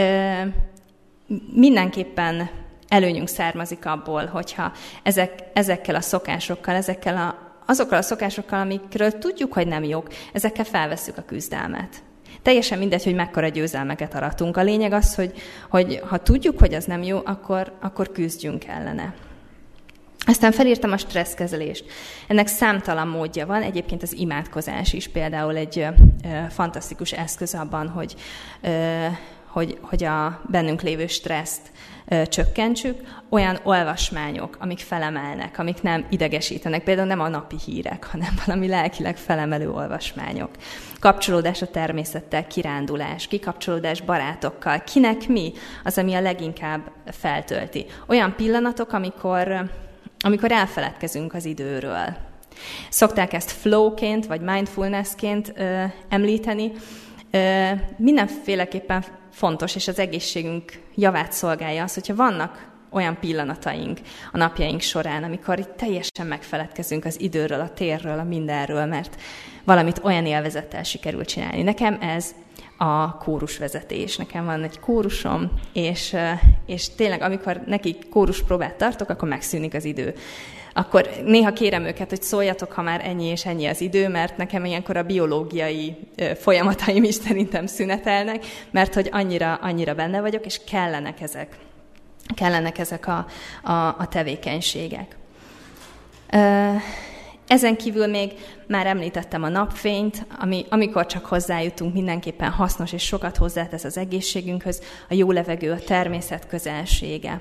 Mindenképpen előnyünk származik abból, hogyha ezekkel a szokásokkal, azokkal a szokásokkal, amikről tudjuk, hogy nem jók, ezekkel felvesszük a küzdelmet. Teljesen mindegy, hogy mekkora győzelmeket aratunk. A lényeg az, hogy ha tudjuk, hogy az nem jó, akkor küzdjünk ellene. Aztán felírtam a stresszkezelést. Ennek számtalan módja van, egyébként az imádkozás is például egy fantasztikus eszköz abban, hogy a bennünk lévő stresszt csökkentsük, olyan olvasmányok, amik felemelnek, amik nem idegesítenek, például nem a napi hírek, hanem valami lelkileg felemelő olvasmányok. Kapcsolódás a természettel, kirándulás, kikapcsolódás barátokkal, kinek mi az, ami a leginkább feltölti. Olyan pillanatok, amikor elfeledkezünk az időről. Szokták ezt flowként, vagy mindfulnessként említeni. Mindenféleképpen fontos, és az egészségünk javát szolgálja az, hogyha vannak olyan pillanataink a napjaink során, amikor itt teljesen megfeledkezünk az időről, a térről, a mindenről, mert valamit olyan élvezettel sikerül csinálni. Nekem ez a kórusvezetés. Nekem van egy kórusom, és tényleg, amikor neki kóruspróbát tartok, akkor megszűnik az idő. Akkor néha kérem őket, hogy szóljatok, ha már ennyi és ennyi az idő, mert nekem ilyenkor a biológiai folyamataim is szerintem szünetelnek, mert hogy annyira benne vagyok, és kellenek ezek a tevékenységek. Ezen kívül még már említettem a napfényt, amikor csak hozzájutunk, mindenképpen hasznos és sokat hozzátesz az egészségünkhöz, a jó levegő, a természet közelsége.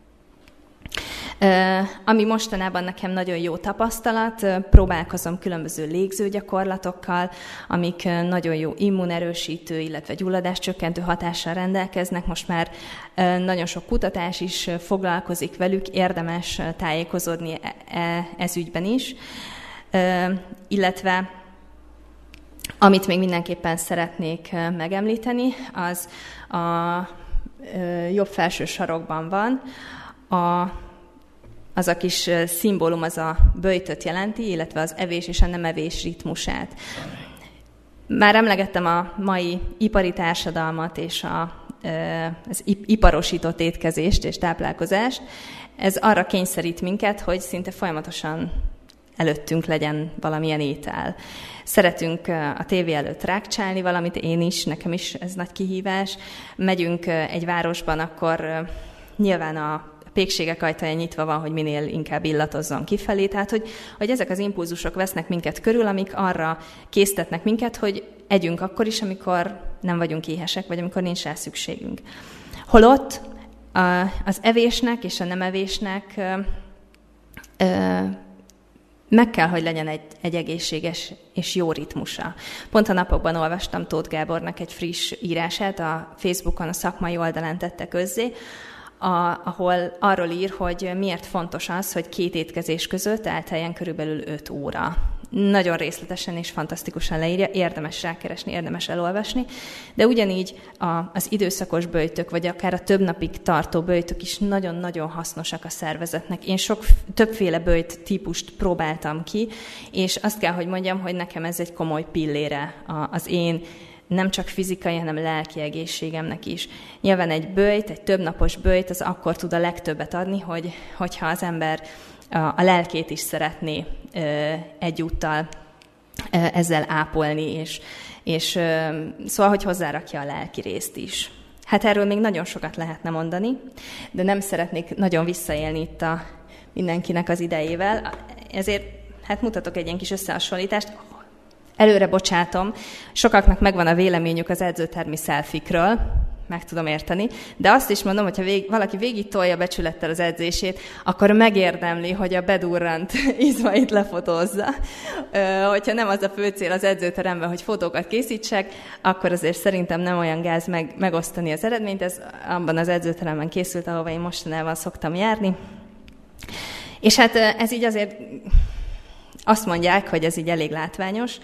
Ami mostanában nekem nagyon jó tapasztalat, próbálkozom különböző légzőgyakorlatokkal, amik nagyon jó immunerősítő, illetve gyulladáscsökkentő hatással rendelkeznek. Most már nagyon sok kutatás is foglalkozik velük, érdemes tájékozódni ez ügyben is. Illetve amit még mindenképpen szeretnék megemlíteni, az a jobb felső sarokban van, az a kis szimbólum, az a böjtöt jelenti, illetve az evés és a nem evés ritmusát. Már emlegettem a mai ipari társadalmat és az iparosított étkezést és táplálkozást. Ez arra kényszerít minket, hogy szinte folyamatosan előttünk legyen valamilyen étel. Szeretünk a tévé előtt rákcsálni valamit, én is, nekem is ez nagy kihívás. Megyünk egy városban, akkor nyilván a pékségek ajtaja nyitva van, hogy minél inkább illatozzon kifelé. Tehát, hogy ezek az impulzusok vesznek minket körül, amik arra késztetnek minket, hogy együnk akkor is, amikor nem vagyunk éhesek, vagy amikor nincs rá szükségünk. Holott az evésnek és a nem evésnek meg kell, hogy legyen egy egészséges és jó ritmusa. Pont a napokban olvastam Tóth Gábornak egy friss írását, a Facebookon a szakmai oldalán tette közzé, ahol arról ír, hogy miért fontos az, hogy 2 étkezés között elteljen körülbelül 5 óra. Nagyon részletesen és fantasztikusan leírja, érdemes rákeresni, érdemes elolvasni, de ugyanígy az időszakos böjtök, vagy akár a több napig tartó böjtök is nagyon-nagyon hasznosak a szervezetnek. Én többféle böjt típust próbáltam ki, és azt kell, hogy mondjam, hogy nekem ez egy komoly pillére az én nem csak fizikai, hanem lelki egészségemnek is. Nyilván egy böjt, egy többnapos böjt, az akkor tud a legtöbbet adni, hogyha az ember a lelkét is szeretné egyúttal ezzel ápolni, és szóval, hogy hozzárakja a lelki részt is. Hát erről még nagyon sokat lehetne mondani, de nem szeretnék nagyon visszaélni itt mindenkinek az idejével, ezért hát mutatok egy ilyen kis összehasonlítást. Előre bocsátom, sokaknak megvan a véleményük az edzőtermi selfikről, meg tudom érteni, de azt is mondom, hogyha valaki végig tolja becsülettel az edzését, akkor megérdemli, hogy a bedurrant izmait lefotózza. Hogyha nem az a fő cél az edzőteremben, hogy fotókat készítsek, akkor azért szerintem nem olyan gáz megosztani az eredményt. Ez abban az edzőteremben készült, ahova én mostanában szoktam járni. És hát ez így azért azt mondják, hogy ez így elég látványos.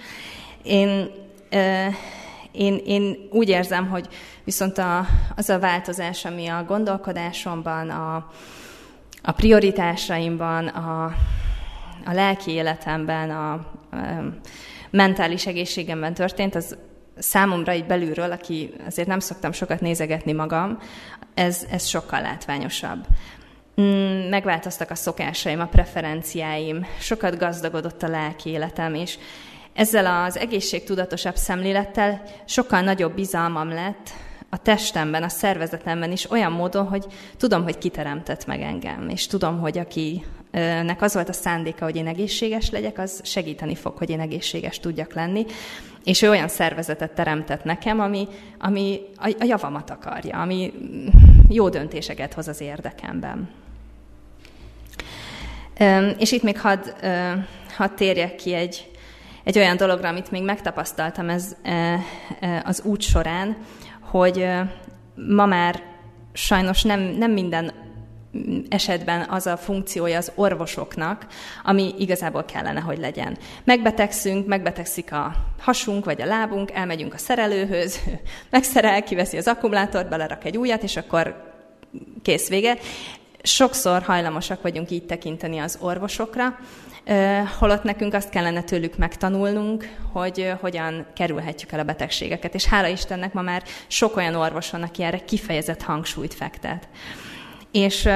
Én úgy érzem, hogy viszont az a változás, ami a gondolkodásomban, a prioritásaimban, a lelki életemben, a mentális egészségemben történt, az számomra így belülről, aki azért nem szoktam sokat nézegetni magam, ez sokkal látványosabb. Megváltoztak a szokásaim, a preferenciáim, sokat gazdagodott a lelki életem, és ezzel az egészségtudatosabb szemlélettel sokkal nagyobb bizalmam lett a testemben, a szervezetemben is olyan módon, hogy tudom, hogy ki teremtett meg engem, és tudom, hogy akinek az volt a szándéka, hogy én egészséges legyek, az segíteni fog, hogy én egészséges tudjak lenni, és ő olyan szervezetet teremtett nekem, ami a javamat akarja, ami jó döntéseket hoz az érdekemben. És itt még hadd térjek ki egy olyan dologra, amit még megtapasztaltam az út során, hogy ma már sajnos nem minden esetben az a funkciója az orvosoknak, ami igazából kellene, hogy legyen. Megbetegszik a hasunk vagy a lábunk, elmegyünk a szerelőhöz, megszerel, kiveszi az akkumulátort, belerak egy újat, és akkor kész, vége. Sokszor hajlamosak vagyunk így tekinteni az orvosokra, holott nekünk azt kellene tőlük megtanulnunk, hogy hogyan kerülhetjük el a betegségeket. És hála Istennek ma már sok olyan orvos van, aki erre kifejezett hangsúlyt fektet. És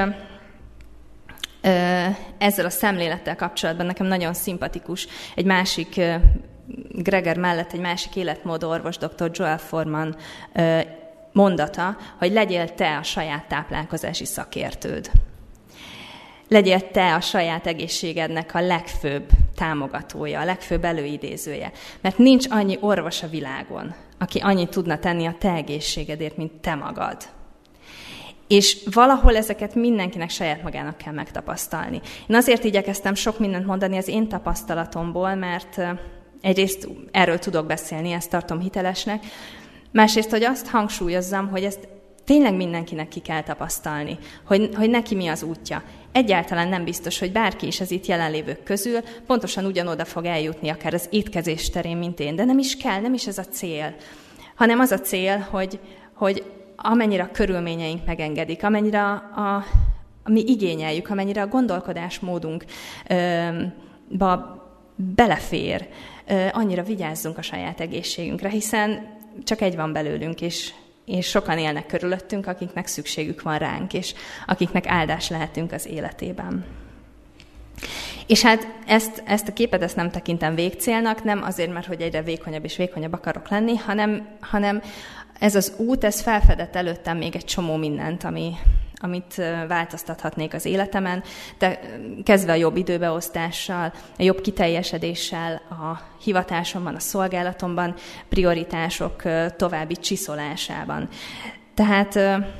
ezzel a szemlélettel kapcsolatban nekem nagyon szimpatikus egy másik, Greger mellett egy másik életmód orvos, dr. Joel Foreman mondata, hogy legyél te a saját táplálkozási szakértőd. Legyél te a saját egészségednek a legfőbb támogatója, a legfőbb előidézője. Mert nincs annyi orvos a világon, aki annyit tudna tenni a te egészségedért, mint te magad. És valahol ezeket mindenkinek saját magának kell megtapasztalni. Én azért igyekeztem sok mindent mondani az én tapasztalatomból, mert egyrészt erről tudok beszélni, ezt tartom hitelesnek, másrészt, hogy azt hangsúlyozzam, hogy ezt tényleg mindenkinek ki kell tapasztalni, hogy neki mi az útja. Egyáltalán nem biztos, hogy bárki is az itt jelenlévők közül pontosan ugyanoda fog eljutni, akár az étkezés terén, mint én, de nem is kell, nem is ez a cél, hanem az a cél, hogy amennyire a körülményeink megengedik, amennyire mi igényeljük, amennyire a gondolkodásmódunkba belefér, annyira vigyázzunk a saját egészségünkre, hiszen csak egy van belőlünk, és sokan élnek körülöttünk, akiknek szükségük van ránk, és akiknek áldás lehetünk az életében. És hát ezt a képet nem tekintem végcélnak, nem azért, mert hogy egyre vékonyabb és vékonyabb akarok lenni, hanem ez az út, ez felfedett előttem még egy csomó mindent, amit változtathatnék az életemen, de kezdve a jobb időbeosztással, a jobb kiteljesedéssel, a hivatásomban, a szolgálatomban, prioritások további csiszolásában. Tehát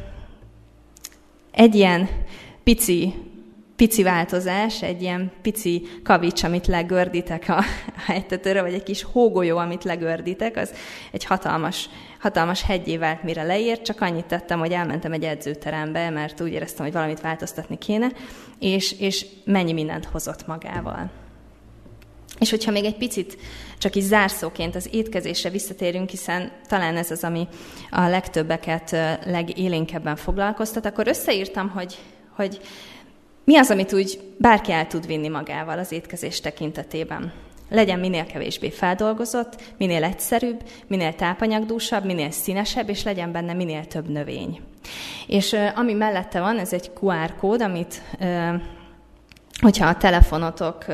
egy ilyen pici változás, egy ilyen pici kavics, amit legördítek a hegytetőre, vagy egy kis hógolyó, amit legördítek, az egy hatalmas heggyé vált, mire leért, csak annyit tettem, hogy elmentem egy edzőterembe, mert úgy éreztem, hogy valamit változtatni kéne, és mennyi mindent hozott magával. És hogyha még egy picit csak így zárszóként az étkezésre visszatérünk, hiszen talán ez az, ami a legtöbbeket legélénkebben foglalkoztat, akkor összeírtam, hogy mi az, amit úgy bárki el tud vinni magával az étkezés tekintetében. Legyen minél kevésbé feldolgozott, minél egyszerűbb, minél tápanyagdúsabb, minél színesebb, és legyen benne minél több növény. És ami mellette van, ez egy QR kód, amit, hogyha a telefonotok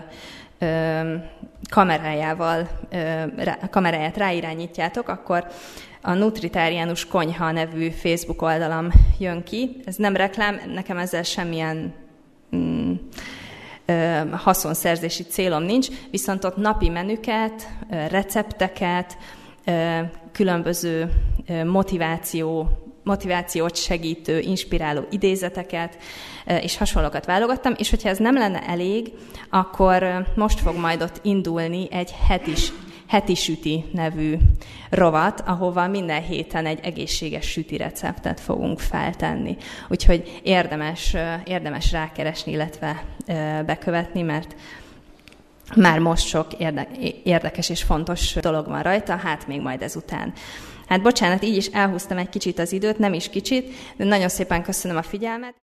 kameráját ráirányítjátok, akkor a Nutritáriánus Konyha nevű Facebook oldalam jön ki. Ez nem reklám, nekem ezzel semmilyen haszonszerzési célom nincs, viszont ott napi menüket, recepteket, különböző motivációt segítő, inspiráló idézeteket és hasonlókat válogattam, és hogyha ez nem lenne elég, akkor most fog majd ott indulni egy heti süti nevű rovat, ahova minden héten egy egészséges süti receptet fogunk feltenni. Úgyhogy érdemes rákeresni, illetve bekövetni, mert már most sok érdekes és fontos dolog van rajta, hát még majd ezután. Hát bocsánat, így is elhúztam egy kicsit az időt, nem is kicsit, de nagyon szépen köszönöm a figyelmet.